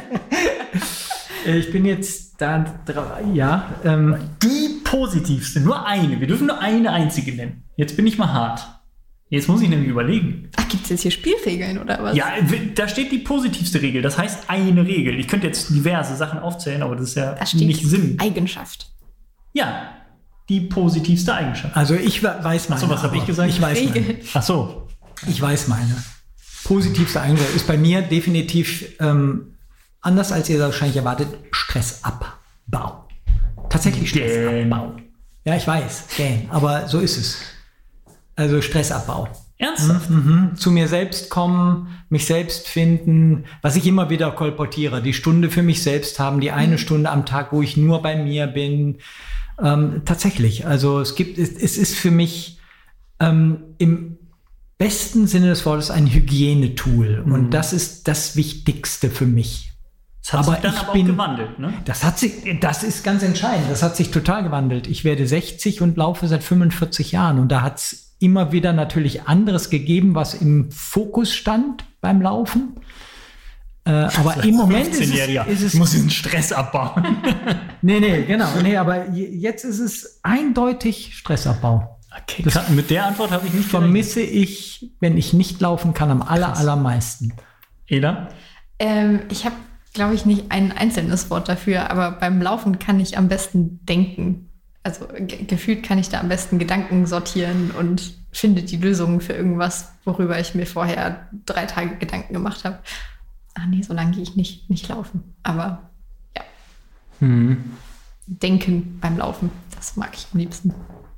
Ich bin jetzt da dra- ja. Ähm, Die positivste, nur eine. Wir dürfen nur eine einzige nennen. Jetzt bin ich mal hart. Jetzt muss ich nämlich überlegen. Ach, gibt es jetzt hier Spielregeln oder was? Ja, da steht die positivste Regel. Das heißt eine Regel. Ich könnte jetzt diverse Sachen aufzählen, aber das ist ja Da steht nicht Sinn. Eigenschaft. Ja, die positivste Eigenschaft. also ich we- weiß meine. Ach so, was hab aber ich gesagt? Ich weiß meine. Regeln. Ach so. Ich weiß meine. Positivste Eigenschaft ist bei mir definitiv ähm, anders als ihr wahrscheinlich erwartet, Stressabbau. Tatsächlich Stressabbau. Ja, ich weiß, gähn, aber so ist es. Also Stressabbau. Ernsthaft? Mhm. Zu mir selbst kommen, mich selbst finden, was ich immer wieder kolportiere, die Stunde für mich selbst haben, die eine Stunde am Tag, wo ich nur bei mir bin. Ähm, tatsächlich, also es gibt, es, es ist für mich ähm, im besten Sinne des Wortes ein Hygienetool und das ist das Wichtigste für mich. Das hat Aber sich dann ich aber bin- auch gewandelt, ne? Das hat sich, das ist ganz entscheidend. Das hat sich total gewandelt. Ich werde sechzig und laufe seit fünfundvierzig Jahren. Und da hat es immer wieder natürlich anderes gegeben, was im Fokus stand beim Laufen. Äh, aber im Moment ist es, fünfzehnjähriger. ist es Ich muss diesen Stress abbauen. nee, nee, genau. Nee, aber je- jetzt ist es eindeutig Stressabbau. Okay, krass. Mit der Antwort habe ich nicht gerechnet. Vermisse ich, wenn ich nicht laufen kann, am aller, allermeisten. Ela? Ähm, ich habe, glaube ich, nicht ein einzelnes Wort dafür, aber beim Laufen kann ich am besten denken. Also ge gefühlt kann ich da am besten Gedanken sortieren und finde die Lösungen für irgendwas, worüber ich mir vorher drei Tage Gedanken gemacht habe. Ach nee, so lange gehe ich nicht, nicht laufen. Aber ja, Hm. denken beim Laufen, das mag ich am liebsten.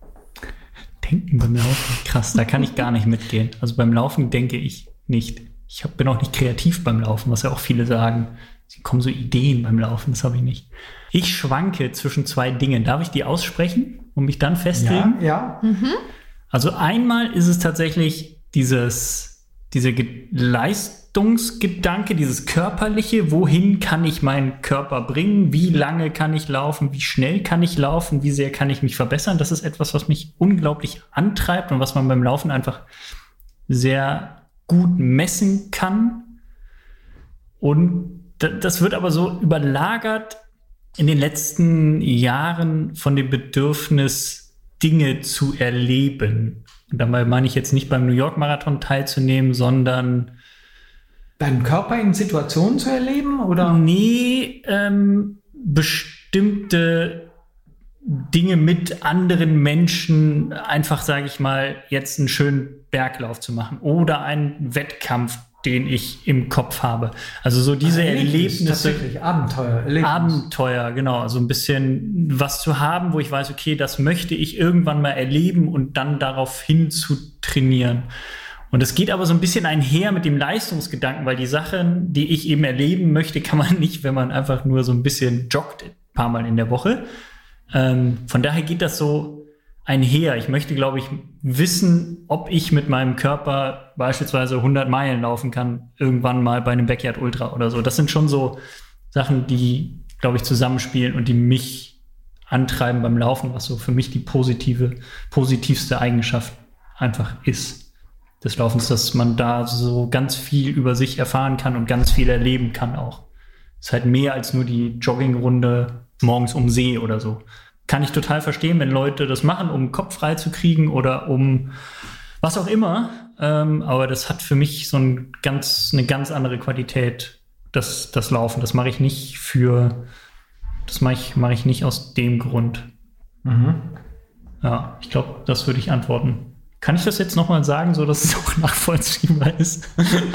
Denken beim Laufen. Krass, da kann ich gar nicht mitgehen. Also beim Laufen denke ich nicht. Ich hab, bin auch nicht kreativ beim Laufen, was ja auch viele sagen. Sie kommen so Ideen beim Laufen, das habe ich nicht. Ich schwanke zwischen zwei Dingen. Darf ich die aussprechen und mich dann festlegen? ja. Also einmal ist es tatsächlich dieses, dieser Ge- Leistungsgedanke, dieses körperliche, wohin kann ich meinen Körper bringen, wie lange kann ich laufen, wie schnell kann ich laufen, wie sehr kann ich mich verbessern. Das ist etwas, was mich unglaublich antreibt und was man beim Laufen einfach sehr gut messen kann. Und d- das wird aber so überlagert in den letzten Jahren von dem Bedürfnis, Dinge zu erleben. Und dabei meine ich jetzt nicht beim New York Marathon teilzunehmen, sondern Deinen Körper in Situationen zu erleben? Oder? nee, ähm, bestimmte Dinge mit anderen Menschen, einfach, sage ich mal, jetzt einen schönen Berglauf zu machen oder einen Wettkampf, den ich im Kopf habe. Also so diese Erlebnisse. Tatsächlich, Abenteuer. Erlebnis. Abenteuer, genau. Also ein bisschen was zu haben, wo ich weiß, okay, das möchte ich irgendwann mal erleben und dann darauf hin zu trainieren. Und es geht aber so ein bisschen einher mit dem Leistungsgedanken, weil die Sachen, die ich eben erleben möchte, kann man nicht, wenn man einfach nur so ein bisschen joggt, ein paar Mal in der Woche. Ähm, von daher geht das so einher. Ich möchte, glaube ich, wissen, ob ich mit meinem Körper beispielsweise hundert Meilen laufen kann, irgendwann mal bei einem Backyard Ultra oder so. Das sind schon so Sachen, die, glaube ich, zusammenspielen und die mich antreiben beim Laufen, was so für mich die positive, positivste Eigenschaft einfach ist des Laufens, dass man da so ganz viel über sich erfahren kann und ganz viel erleben kann auch. Es ist halt mehr als nur die Joggingrunde morgens um See oder so. kann ich total verstehen, wenn Leute das machen, um den Kopf frei zu kriegen oder um was auch immer. Ähm, aber das hat für mich so ein ganz, eine ganz andere Qualität, das, das Laufen. Das mache ich nicht für, das mache ich, mache ich nicht aus dem Grund. Mhm. Ja, ich glaube, das würde ich antworten. Kann ich das jetzt nochmal sagen, so dass es auch nachvollziehbar ist?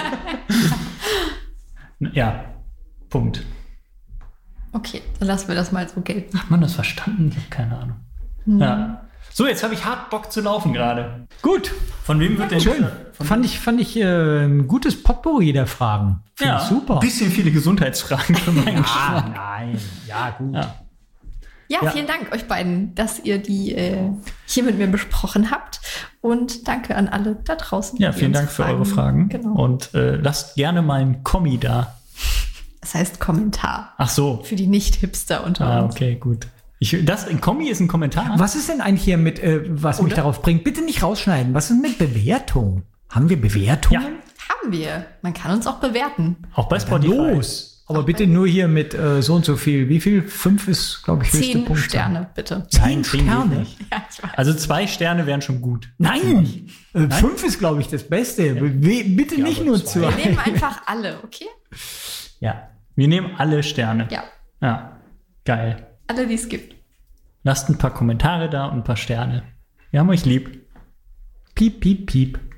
Ja, Punkt. Okay, dann lassen wir das mal so gelten. Hat man das verstanden? Ich habe keine Ahnung. Hm. Ja. So, jetzt habe ich hart Bock zu laufen gerade. Gut. Von wem wird denn Schön. Von Fand ich, fand ich äh, ein gutes Potpourri der Fragen. Find ja, ich super. Ein bisschen viele Gesundheitsfragen für meinen Ah, Geschmack. nein. Ja, gut. Ja. Ja, Ja. vielen Dank euch beiden, dass ihr die äh, hier mit mir besprochen habt. Und danke an alle da draußen. Ja, die vielen uns Dank für eure Fragen. Genau. Und äh, lasst gerne mal ein Kommi da. Das heißt Kommentar. Ach so. Für die Nicht-Hipster unter Ah, uns. okay, gut. Ich, das, ein Kommi ist ein Kommentar. Was ist denn eigentlich hier mit, äh, was mich Oder? darauf bringt? Bitte nicht rausschneiden. Was ist mit Bewertung? Haben wir Bewertungen? Ja. Haben wir. Man kann uns auch bewerten. Auch bei Dann Spotify. los. Aber bitte nur hier mit äh, so und so viel. Wie viel? Fünf ist, glaube ich, höchste Zehn Punktzahl. Sterne, bitte. Nein, Zehn zehn geht Sterne? nicht. Ja, ich weiß. Also zwei Sterne wären schon gut. Nein! Äh, fünf ist, glaube ich, das Beste. Be- Bitte Ja, nicht aber nur zwei. zwei. Wir nehmen einfach alle, okay? Ja. Wir nehmen alle Sterne. Ja, Ja. Geil. alle, die es gibt. Lasst ein paar Kommentare da und ein paar Sterne. Wir haben euch lieb. Piep, piep, piep.